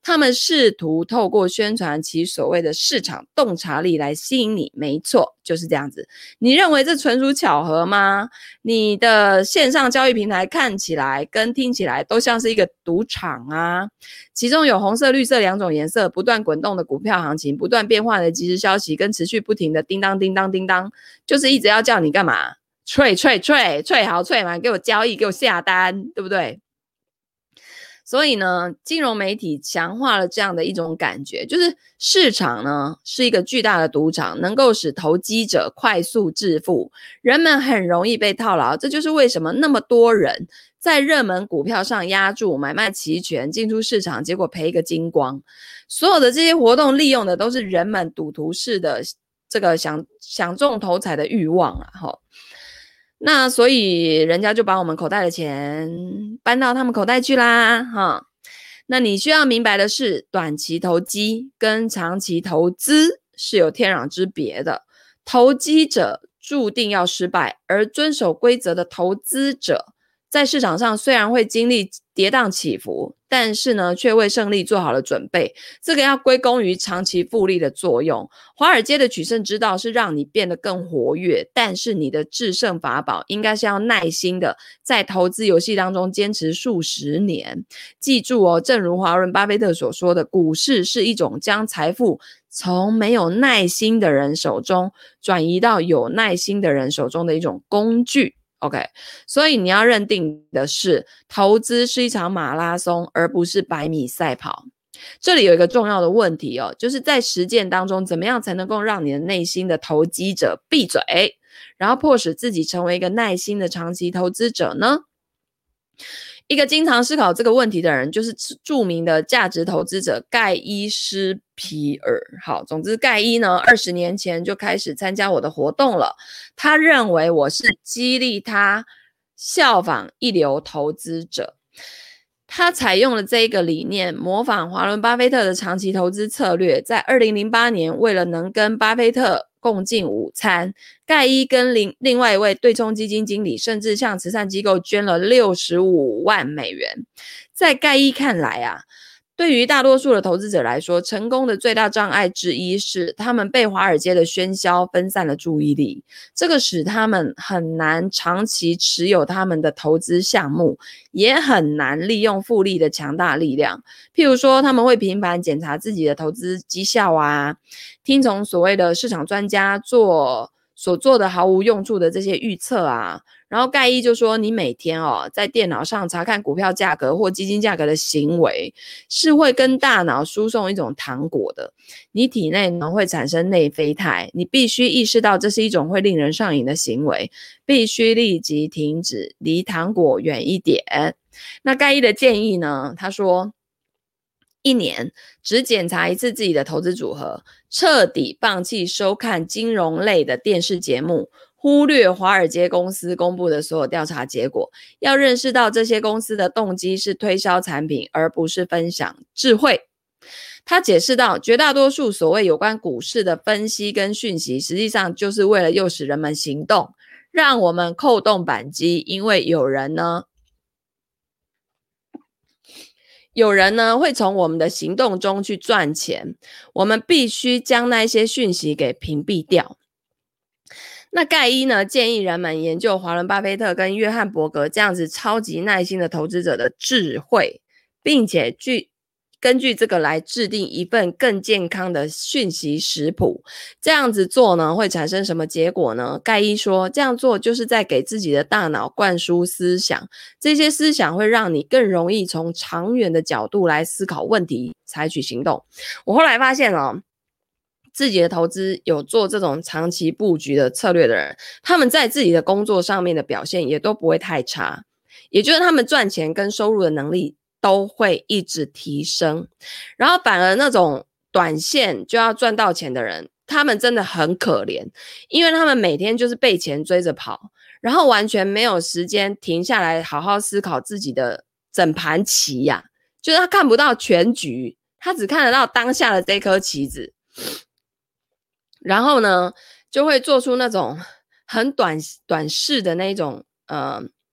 他们试图透过宣传其所谓的市场洞察力来吸引你，没错，就是这样子。你认为这纯属巧合吗？你的线上交易平台看起来跟听起来都像是一个赌场啊，其中有红色、绿色两种颜色，不断滚动的股票行情，不断变换的即时消息，跟持续不停的叮当叮当叮当，就是一直要叫你干嘛？脆好脆嘛，给我交易，给我下单，对不对？所以呢，金融媒体强化了这样的一种感觉，就是市场呢是一个巨大的赌场，能够使投机者快速致富，人们很容易被套牢。这就是为什么那么多人在热门股票上押注，买卖期权，进出市场，结果赔一个精光。所有的这些活动利用的都是人们赌徒式的这个想中头彩的欲望啊，那所以人家就把我们口袋的钱搬到他们口袋去啦，哈。那你需要明白的是，短期投机跟长期投资是有天壤之别的。投机者注定要失败，而遵守规则的投资者在市场上虽然会经历跌宕起伏，但是呢，却为胜利做好了准备。这个要归功于长期复利的作用。华尔街的取胜之道是让你变得更活跃，但是你的制胜法宝应该是要耐心的在投资游戏当中坚持数十年。记住哦，正如华伦·巴菲特所说的，股市是一种将财富从没有耐心的人手中转移到有耐心的人手中的一种工具。OK， 所以你要认定的是，投资是一场马拉松，而不是100米赛跑。这里有一个重要的问题哦，就是在实践当中，怎么样才能够让你的内心的投机者闭嘴，然后迫使自己成为一个耐心的长期投资者呢？一个经常思考这个问题的人，就是著名的价值投资者盖伊施皮尔。好，总之盖伊呢，20年前就开始参加我的活动了。他认为我是激励他效仿一流投资者。他采用了这个理念，模仿华伦巴菲特的长期投资策略。在2008年，为了能跟巴菲特共进午餐，盖伊跟另外一位对冲基金经理甚至向慈善机构捐了65万美元。在盖伊看来啊，对于大多数的投资者来说，成功的最大障碍之一是他们被华尔街的喧嚣分散了注意力，这个使他们很难长期持有他们的投资项目，也很难利用复利的强大力量。譬如说，他们会频繁检查自己的投资绩效啊，听从所谓的市场专家所做的毫无用处的这些预测啊。然后盖伊就说，你每天在电脑上查看股票价格或基金价格的行为，是会跟大脑输送一种糖果的，你体内呢会产生内啡肽，你必须意识到这是一种会令人上瘾的行为，必须立即停止，离糖果远一点。那盖伊的建议呢，他说1年只检查一次自己的投资组合，彻底放弃收看金融类的电视节目，忽略华尔街公司公布的所有调查结果，要认识到这些公司的动机是推销产品，而不是分享智慧。他解释到，绝大多数所谓有关股市的分析跟讯息，实际上就是为了诱使人们行动，让我们扣动扳机，因为有人呢会从我们的行动中去赚钱，我们必须将那些讯息给屏蔽掉。那盖伊呢建议人们研究华伦巴菲特跟约翰伯格这样子超级耐心的投资者的智慧，并且根据这个来制定一份更健康的讯息食谱。这样子做呢会产生什么结果呢？盖伊说，这样做就是在给自己的大脑灌输思想，这些思想会让你更容易从长远的角度来思考问题，采取行动。我后来发现自己的投资有做这种长期布局的策略的人，他们在自己的工作上面的表现也都不会太差，也就是他们赚钱跟收入的能力都会一直提升。然后反而那种短线就要赚到钱的人，他们真的很可怜，因为他们每天就是被钱追着跑，然后完全没有时间停下来好好思考自己的整盘棋呀，就是他看不到全局，他只看得到当下的这颗棋子，然后呢就会做出那种很短视的那种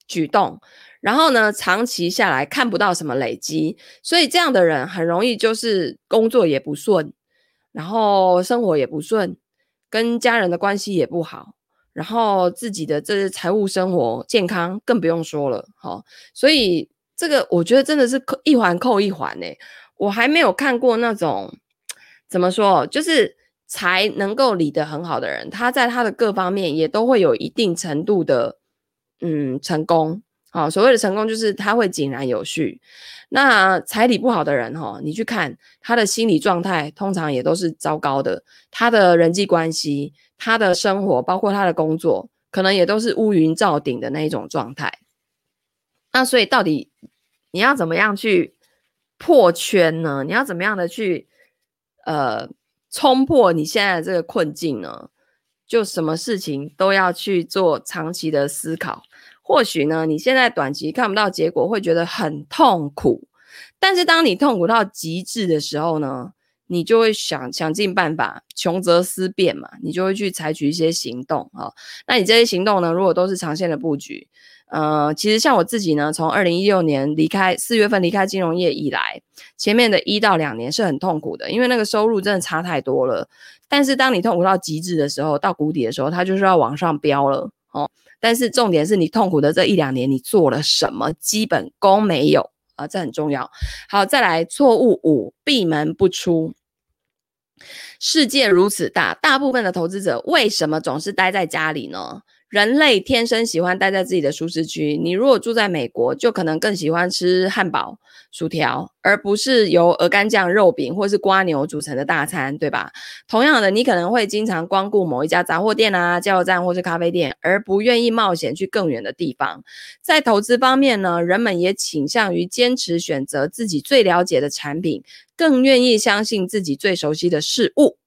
举动，然后呢，长期下来看不到什么累积，所以这样的人很容易就是工作也不顺，然后生活也不顺，跟家人的关系也不好，然后自己的这财务生活健康更不用说了。所以这个我觉得真的是一环扣一环欸，我还没有看过那种怎么说，就是财能够理得很好的人，他在他的各方面也都会有一定程度的成功。所谓的成功就是他会井然有序。那财理不好的人你去看他的心理状态通常也都是糟糕的，他的人际关系，他的生活，包括他的工作，可能也都是乌云罩顶的那一种状态。那所以到底你要怎么样去破圈呢？你要怎么样的去冲破你现在的这个困境呢？就什么事情都要去做长期的思考。或许呢，你现在短期看不到结果，会觉得很痛苦，但是当你痛苦到极致的时候呢，你就会想尽办法，穷则思变嘛，你就会去采取一些行动。那你这些行动呢，如果都是长线的布局，其实像我自己呢，从2016年4月份离开金融业以来，前面的1到2年是很痛苦的，因为那个收入真的差太多了。但是当你痛苦到极致的时候，到谷底的时候，它就是要往上飙了。但是重点是你痛苦的这1-2年你做了什么基本功没有这很重要。好，再来错误5，闭门不出。世界如此大，大部分的投资者为什么总是待在家里呢？人类天生喜欢待在自己的舒适区，你如果住在美国，就可能更喜欢吃汉堡、薯条，而不是由鹅肝酱、肉饼或是蝸牛组成的大餐，对吧？同样的，你可能会经常光顾某一家杂货店加油站或是咖啡店，而不愿意冒险去更远的地方。在投资方面呢，人们也倾向于坚持选择自己最了解的产品，更愿意相信自己最熟悉的事物。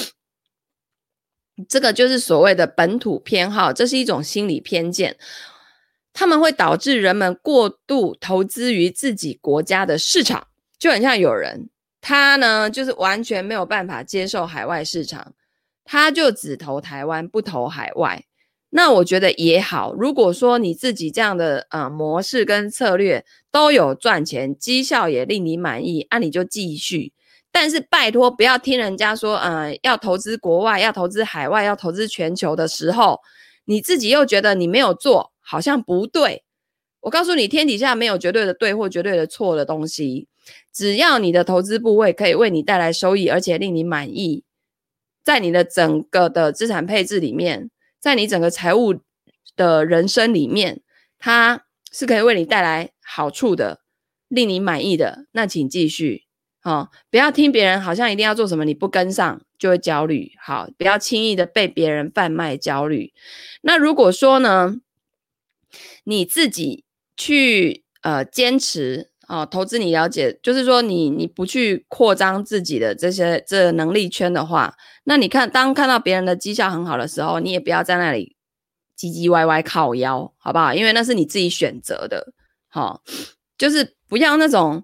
这个就是所谓的本土偏好，这是一种心理偏见，他们会导致人们过度投资于自己国家的市场。就很像有人他呢就是完全没有办法接受海外市场，他就只投台湾不投海外。那我觉得也好，如果说你自己这样的模式跟策略都有赚钱，绩效也令你满意，你就继续。但是拜托不要听人家说要投资国外，要投资海外，要投资全球的时候，你自己又觉得你没有做好像不对。我告诉你，天底下没有绝对的对或绝对的错的东西，只要你的投资部位可以为你带来收益，而且令你满意，在你的整个的资产配置里面，在你整个财务的人生里面，它是可以为你带来好处的，令你满意的，那请继续。不要听别人好像一定要做什么，你不跟上就会焦虑。好，不要轻易的被别人贩卖焦虑。那如果说呢，你自己去坚持投资你了解，就是说你不去扩张自己的这能力圈的话，那你当看到别人的绩效很好的时候，你也不要在那里唧唧歪歪靠腰，好不好？因为那是你自己选择的。就是不要那种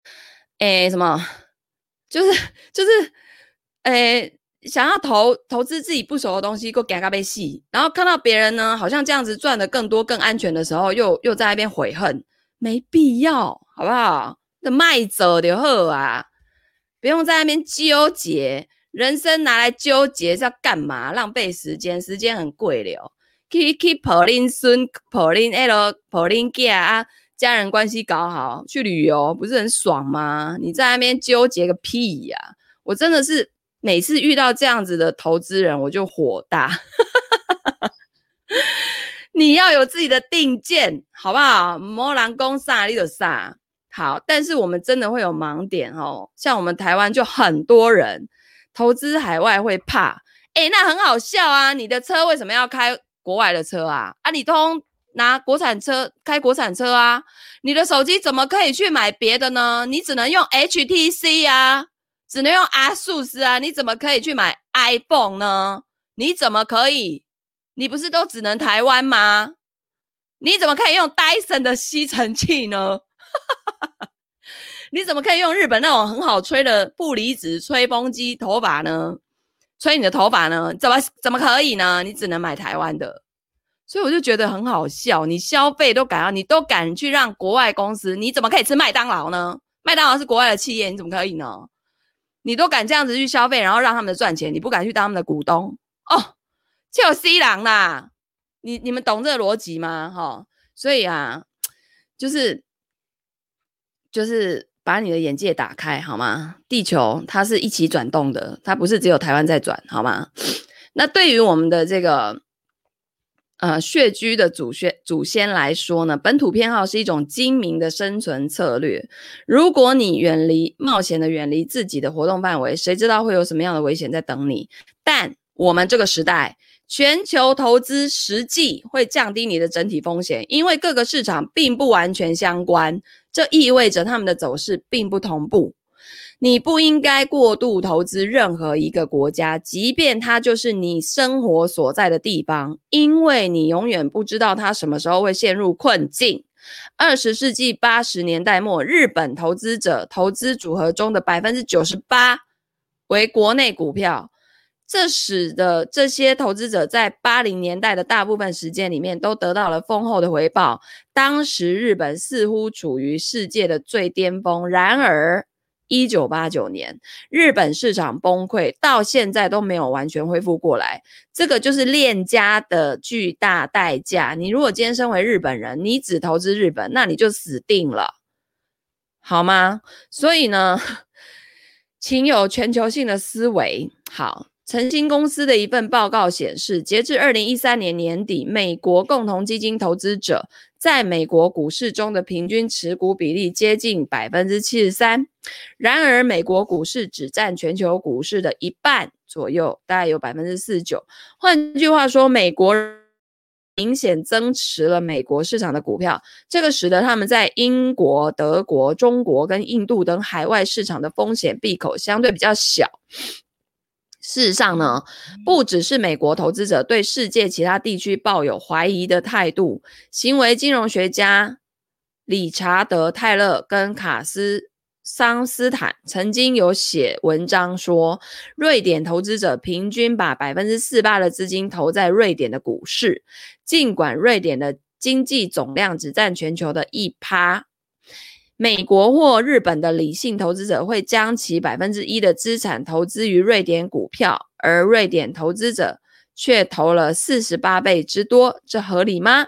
想要投资自己不熟的东西，给它被戏，然后看到别人呢好像这样子赚的更多更安全的时候，又在那边悔恨，没必要，好不好？卖走就好啊，不用在那边纠结，人生拿来纠结是要干嘛？浪费时间，时间很贵了。去抱恁孙、抱恁囝家人关系搞好，去旅游不是很爽吗？你在那边纠结个屁呀！我真的是每次遇到这样子的投资人，我就火大。你要有自己的定见，好不好？没人讲啥你就啥。好，但是我们真的会有盲点像我们台湾就很多人投资海外会怕，那很好笑啊！你的车为什么要开国外的车啊？你都拿国产车开国产车啊，你的手机怎么可以去买别的呢？你只能用 HTC 啊，只能用 ASUS 啊，你怎么可以去买 iPhone 呢？你怎么可以？你不是都只能台湾吗？你怎么可以用 Dyson 的吸尘器呢？你怎么可以用日本那种很好吹的负离子吹风机头发呢？吹你的头发呢？怎么可以呢？你只能买台湾的。 所以我就觉得很好笑，你消费你都敢去让国外公司，你怎么可以吃麦当劳呢？麦当劳是国外的企业，你怎么可以呢？你都敢这样子去消费，然后让他们赚钱，你不敢去当他们的股东哦，就西郎啦，你们懂这个逻辑吗？齁，所以啊，就是把你的眼界打开好吗？地球它是一起转动的，它不是只有台湾在转好吗？那对于我们的这个穴居的祖先来说呢，本土偏好是一种精明的生存策略。如果你冒险的远离自己的活动范围，谁知道会有什么样的危险在等你？但我们这个时代，全球投资实际会降低你的整体风险，因为各个市场并不完全相关，这意味着它们的走势并不同步。你不应该过度投资任何一个国家，即便它就是你生活所在的地方，因为你永远不知道它什么时候会陷入困境。20世纪80年代末，日本投资者投资组合中的 98% 为国内股票，这使得这些投资者在80年代的大部分时间里面都得到了丰厚的回报。当时日本似乎处于世界的最巅峰，然而1989年日本市场崩溃，到现在都没有完全恢复过来，这个就是链家的巨大代价。你如果今天身为日本人，你只投资日本，那你就死定了，好吗？所以呢，请有全球性的思维。好，晨星公司的一份报告显示，截至2013年年底，美国共同基金投资者在美国股市中的平均持股比例接近 73%， 然而美国股市只占全球股市的一半左右，大概有 49%。 换句话说，美国明显增持了美国市场的股票，这个使得他们在英国、德国、中国跟印度等海外市场的风险闭口相对比较小。事实上呢，不只是美国投资者对世界其他地区抱有怀疑的态度，行为金融学家理查德·泰勒跟桑斯坦曾经有写文章说，瑞典投资者平均把 48% 的资金投在瑞典的股市，尽管瑞典的经济总量只占全球的 1%。美国或日本的理性投资者会将其 1% 的资产投资于瑞典股票，而瑞典投资者却投了48倍之多，这合理吗？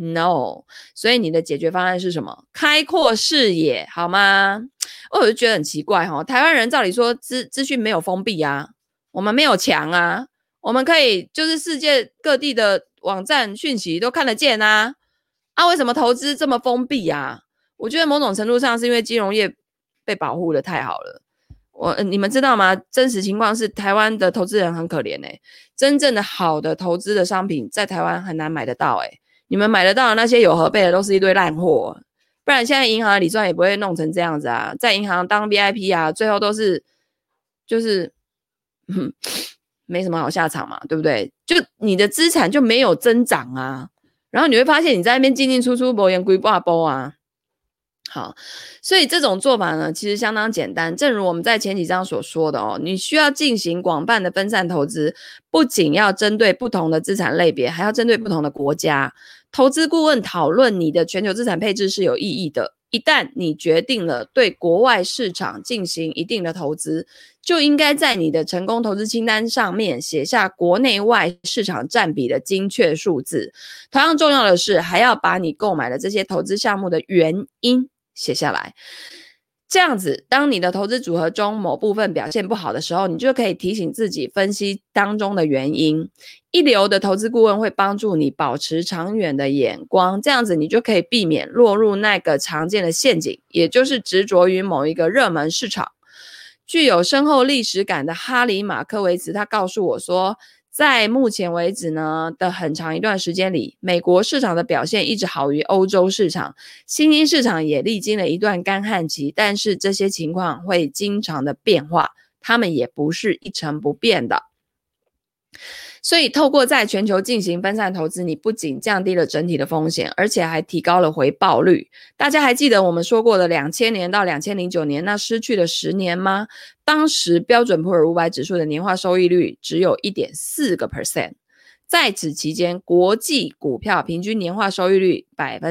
No。 所以你的解决方案是什么？开阔视野，好吗？我就觉得很奇怪台湾人照理说资讯没有封闭啊，我们没有墙啊，我们可以就是世界各地的网站讯息都看得见啊，为什么投资这么封闭啊？我觉得某种程度上是因为金融业被保护的太好了。你们知道吗？真实情况是台湾的投资人很可怜真正的好的投资的商品在台湾很难买得到你们买得到的那些有核备的都是一堆烂货，不然现在银行的理专也不会弄成这样子啊，在银行当 VIP 啊，最后都是就是没什么好下场嘛，对不对？就你的资产就没有增长啊，然后你会发现你在那边进进出出没言归挂包啊。好，所以这种做法呢，其实相当简单。正如我们在前几章所说的你需要进行广泛的分散投资，不仅要针对不同的资产类别，还要针对不同的国家。投资顾问讨论你的全球资产配置是有意义的。一旦你决定了对国外市场进行一定的投资，就应该在你的成功投资清单上面写下国内外市场占比的精确数字。同样重要的是，还要把你购买的这些投资项目的原因写下来。这样子，当你的投资组合中某部分表现不好的时候，你就可以提醒自己分析当中的原因。一流的投资顾问会帮助你保持长远的眼光，这样子你就可以避免落入那个常见的陷阱，也就是执着于某一个热门市场。具有深厚历史感的哈里马科维茨他告诉我说，在目前为止呢的很长一段时间里，美国市场的表现一直好于欧洲市场，新兴市场也历经了一段干旱期，但是这些情况会经常的变化，它们也不是一成不变的。所以透过在全球进行分散投资，你不仅降低了整体的风险，而且还提高了回报率。大家还记得我们说过的2000年到2009年那失去的10年吗？当时标准普尔500指数的年化收益率只有 1.4%。 在此期间，国际股票平均年化收益率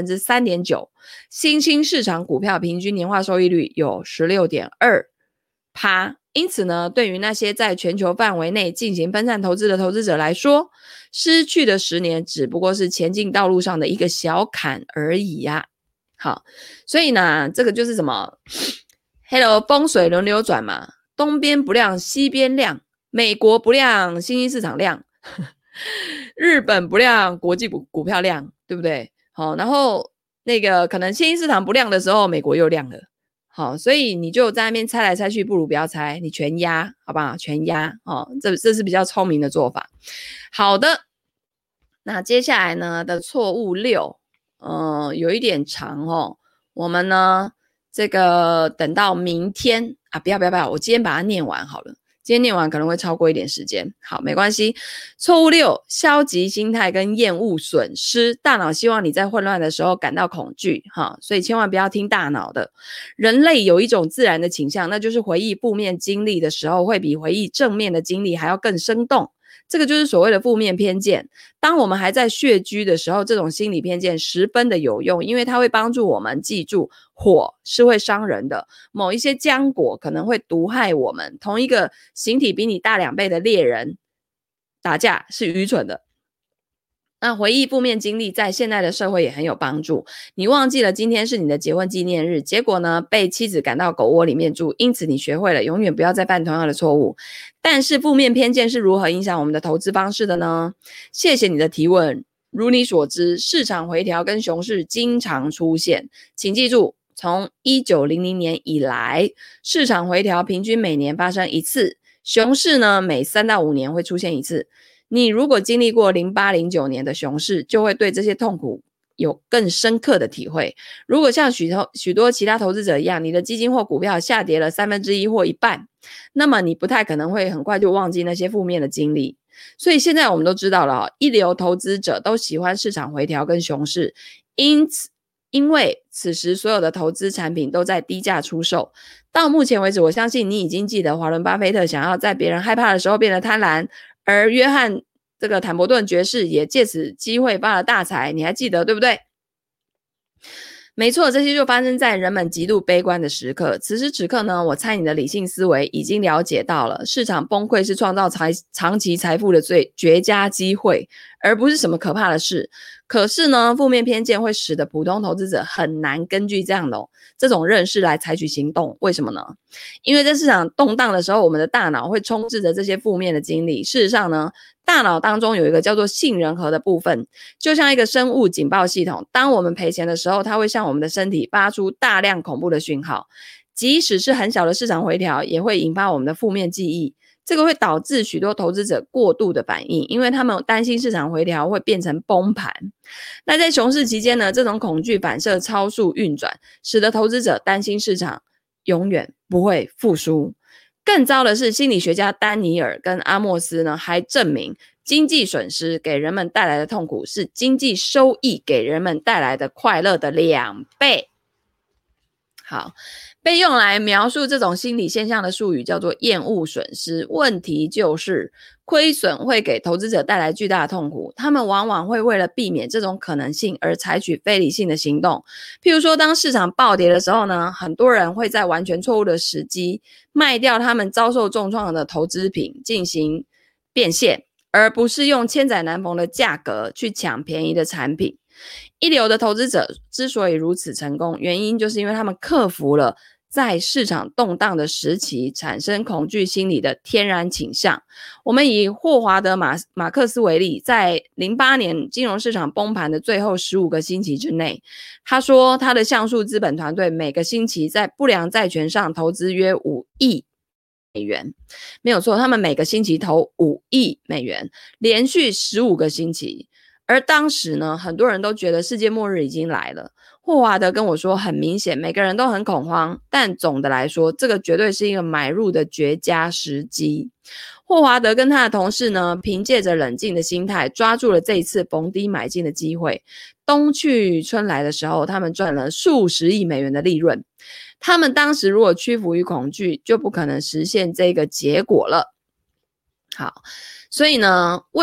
3.9%， 新兴市场股票平均年化收益率有 16.2%。因此呢，对于那些在全球范围内进行分散投资的投资者来说，失去的10年只不过是前进道路上的一个小坎而已呀。好，所以呢，这个就是什么？风水轮流转嘛，东边不亮西边亮，美国不亮新兴市场亮，日本不亮国际股票亮，对不对？好，然后那个可能新兴市场不亮的时候，美国又亮了。好，所以你就在那边猜来猜去，不如不要猜，你全压，好不好？全压哦，这是比较聪明的做法。好的，那接下来呢的错误6，有一点长哦，我们呢这个等到明天啊，不要，我今天把它念完好了。今天念完可能会超过一点时间，好，没关系。错误6，消极心态跟厌恶损失。大脑希望你在混乱的时候感到恐惧，所以千万不要听大脑的。人类有一种自然的倾向，那就是回忆负面经历的时候，会比回忆正面的经历还要更生动。这个就是所谓的负面偏见。当我们还在血居的时候，这种心理偏见十分的有用，因为它会帮助我们记住火是会伤人的，某一些浆果可能会毒害我们。同一个形体比你大2倍的猎人打架是愚蠢的。那回忆负面经历在现代的社会也很有帮助。你忘记了今天是你的结婚纪念日，结果呢被妻子赶到狗窝里面住，因此你学会了永远不要再犯同样的错误。但是负面偏见是如何影响我们的投资方式的呢？谢谢你的提问。如你所知，市场回调跟熊市经常出现，请记住，从1900年以来，市场回调平均每年发生一次，熊市呢每3到5年会出现一次。你如果经历过08、09年的熊市，就会对这些痛苦有更深刻的体会。如果像许多其他投资者一样，你的基金或股票下跌了1/3或一半，那么你不太可能会很快就忘记那些负面的经历。所以现在我们都知道了，一流投资者都喜欢市场回调跟熊市，因为此时所有的投资产品都在低价出售。到目前为止，我相信你已经记得华伦巴菲特想要在别人害怕的时候变得贪婪，而约翰这个坦伯顿爵士也借此机会发了大财，你还记得对不对？没错，这些就发生在人们极度悲观的时刻。此时此刻呢，我猜你的理性思维已经了解到了，市场崩溃是创造长期财富的最绝佳机会，而不是什么可怕的事。可是呢，负面偏见会使得普通投资者很难根据这种认识来采取行动。为什么呢？因为在市场动荡的时候，我们的大脑会充斥着这些负面的经历。事实上呢，大脑当中有一个叫做杏仁核的部分，就像一个生物警报系统。当我们赔钱的时候，它会向我们的身体发出大量恐怖的讯号。即使是很小的市场回调，也会引发我们的负面记忆。这个会导致许多投资者过度的反应，因为他们担心市场回调会变成崩盘。那在熊市期间呢，这种恐惧反射超速运转，使得投资者担心市场永远不会复苏。更糟的是，心理学家丹尼尔跟阿莫斯呢，还证明经济损失给人们带来的痛苦是经济收益给人们带来的快乐的2倍。好，被用来描述这种心理现象的术语叫做厌恶损失。问题就是亏损会给投资者带来巨大的痛苦，他们往往会为了避免这种可能性而采取非理性的行动。譬如说，当市场暴跌的时候呢，很多人会在完全错误的时机卖掉他们遭受重创的投资品进行变现，而不是用千载难逢的价格去抢便宜的产品。一流的投资者之所以如此成功，原因就是因为他们克服了在市场动荡的时期产生恐惧心理的天然倾向。我们以霍华德马克思为例，在08年金融市场崩盘的最后15个星期之内，他说他的橡树资本团队每个星期在不良债权上投资约5亿美元。没有错，他们每个星期投5亿美元，连续15个星期。而当时呢，很多人都觉得世界末日已经来了。霍华德跟我说，很明显每个人都很恐慌，但总的来说，这个绝对是一个买入的绝佳时机。霍华德跟他的同事呢，凭借着冷静的心态，抓住了这一次逢低买进的机会。冬去春来的时候，他们赚了数十亿美元的利润。他们当时如果屈服于恐惧，就不可能实现这个结果了。好，所以呢，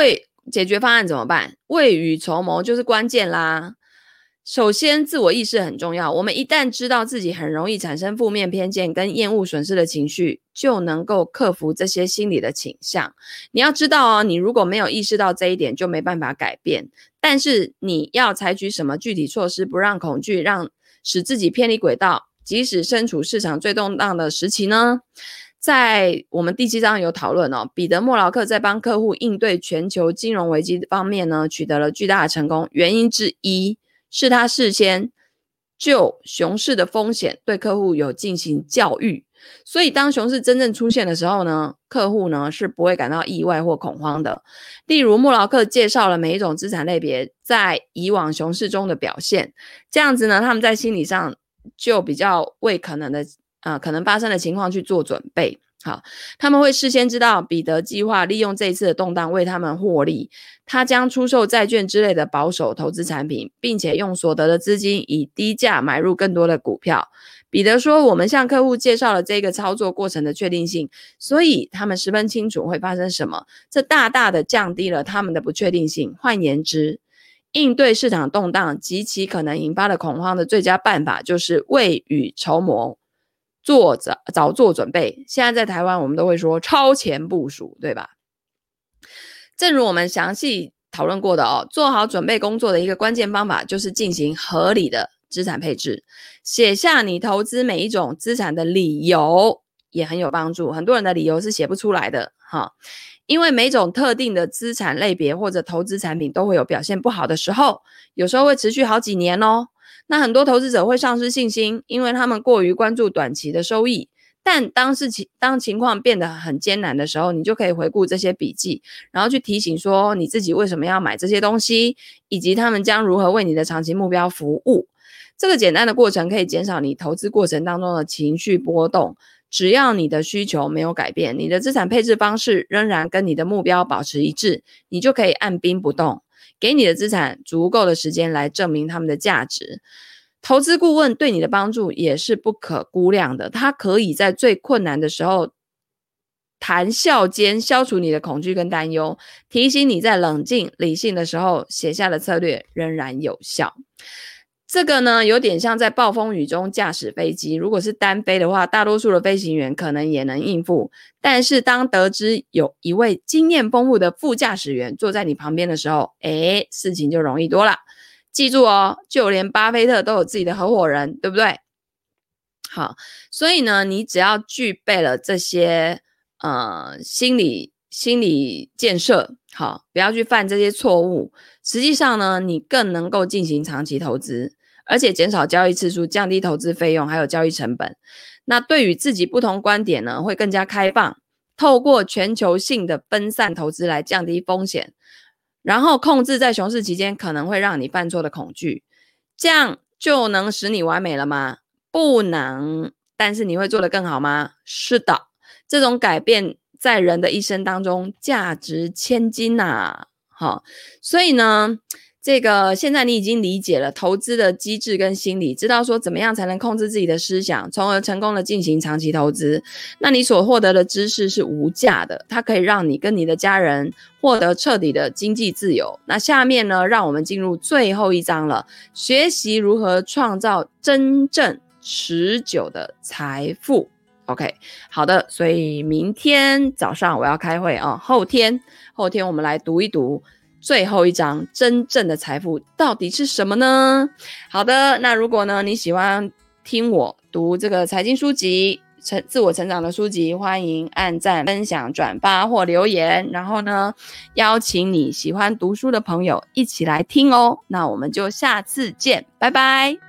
解决方案怎么办？未雨绸缪就是关键啦。首先，自我意识很重要。我们一旦知道自己很容易产生负面偏见跟厌恶损失的情绪，就能够克服这些心理的倾向。你要知道哦，你如果没有意识到这一点，就没办法改变。但是你要采取什么具体措施，不让恐惧使自己偏离轨道，即使身处市场最动荡的时期呢？在我们第7章有讨论哦，彼得·莫劳克在帮客户应对全球金融危机方面呢，取得了巨大的成功。原因之一是他事先就熊市的风险对客户有进行教育，所以当熊市真正出现的时候呢，客户呢是不会感到意外或恐慌的。例如莫劳克介绍了每一种资产类别在以往熊市中的表现，这样子呢，他们在心理上就比较为可能发生的情况去做准备。好，他们会事先知道彼得计划利用这一次的动荡为他们获利，他将出售债券之类的保守投资产品，并且用所得的资金以低价买入更多的股票。彼得说，我们向客户介绍了这个操作过程的确定性，所以他们十分清楚会发生什么，这大大的降低了他们的不确定性。换言之，应对市场动荡及其可能引发的恐慌的最佳办法就是未雨绸缪，早做准备。现在在台湾我们都会说超前部署，对吧？正如我们详细讨论过的哦，做好准备工作的一个关键方法就是进行合理的资产配置，写下你投资每一种资产的理由也很有帮助。很多人的理由是写不出来的哈，因为每种特定的资产类别或者投资产品都会有表现不好的时候，有时候会持续好几年哦。那很多投资者会丧失信心，因为他们过于关注短期的收益。但当情况变得很艰难的时候，你就可以回顾这些笔记，然后去提醒说你自己为什么要买这些东西，以及他们将如何为你的长期目标服务。这个简单的过程可以减少你投资过程当中的情绪波动。只要你的需求没有改变，你的资产配置方式仍然跟你的目标保持一致，你就可以按兵不动，给你的资产足够的时间来证明他们的价值。投资顾问对你的帮助也是不可估量的，他可以在最困难的时候谈笑间消除你的恐惧跟担忧，提醒你在冷静理性的时候写下的策略仍然有效。这个呢，有点像在暴风雨中驾驶飞机，如果是单飞的话，大多数的飞行员可能也能应付，但是当得知有一位经验丰富的副驾驶员坐在你旁边的时候，事情就容易多了。记住哦，就连巴菲特都有自己的合伙人，对不对？好，所以呢，你只要具备了这些心理建设，好，不要去犯这些错误，实际上呢，你更能够进行长期投资，而且减少交易次数，降低投资费用，还有交易成本。那对于自己不同观点呢，会更加开放，透过全球性的分散投资来降低风险，然后控制在熊市期间可能会让你犯错的恐惧。这样就能使你完美了吗？不能，但是你会做得更好吗？是的，这种改变在人的一生当中价值千金啊。好，所以呢，这个现在你已经理解了投资的机制跟心理，知道说怎么样才能控制自己的思想，从而成功的进行长期投资。那你所获得的知识是无价的，它可以让你跟你的家人获得彻底的经济自由。那下面呢，让我们进入最后一章了，学习如何创造真正持久的财富。OK， 好的，所以明天早上我要开会啊，后天我们来读一读最后一章，真正的财富到底是什么呢？好的，那如果呢你喜欢听我读这个财经书籍、自我成长的书籍，欢迎按赞、分享、转发或留言，然后呢邀请你喜欢读书的朋友一起来听哦。那我们就下次见，拜拜。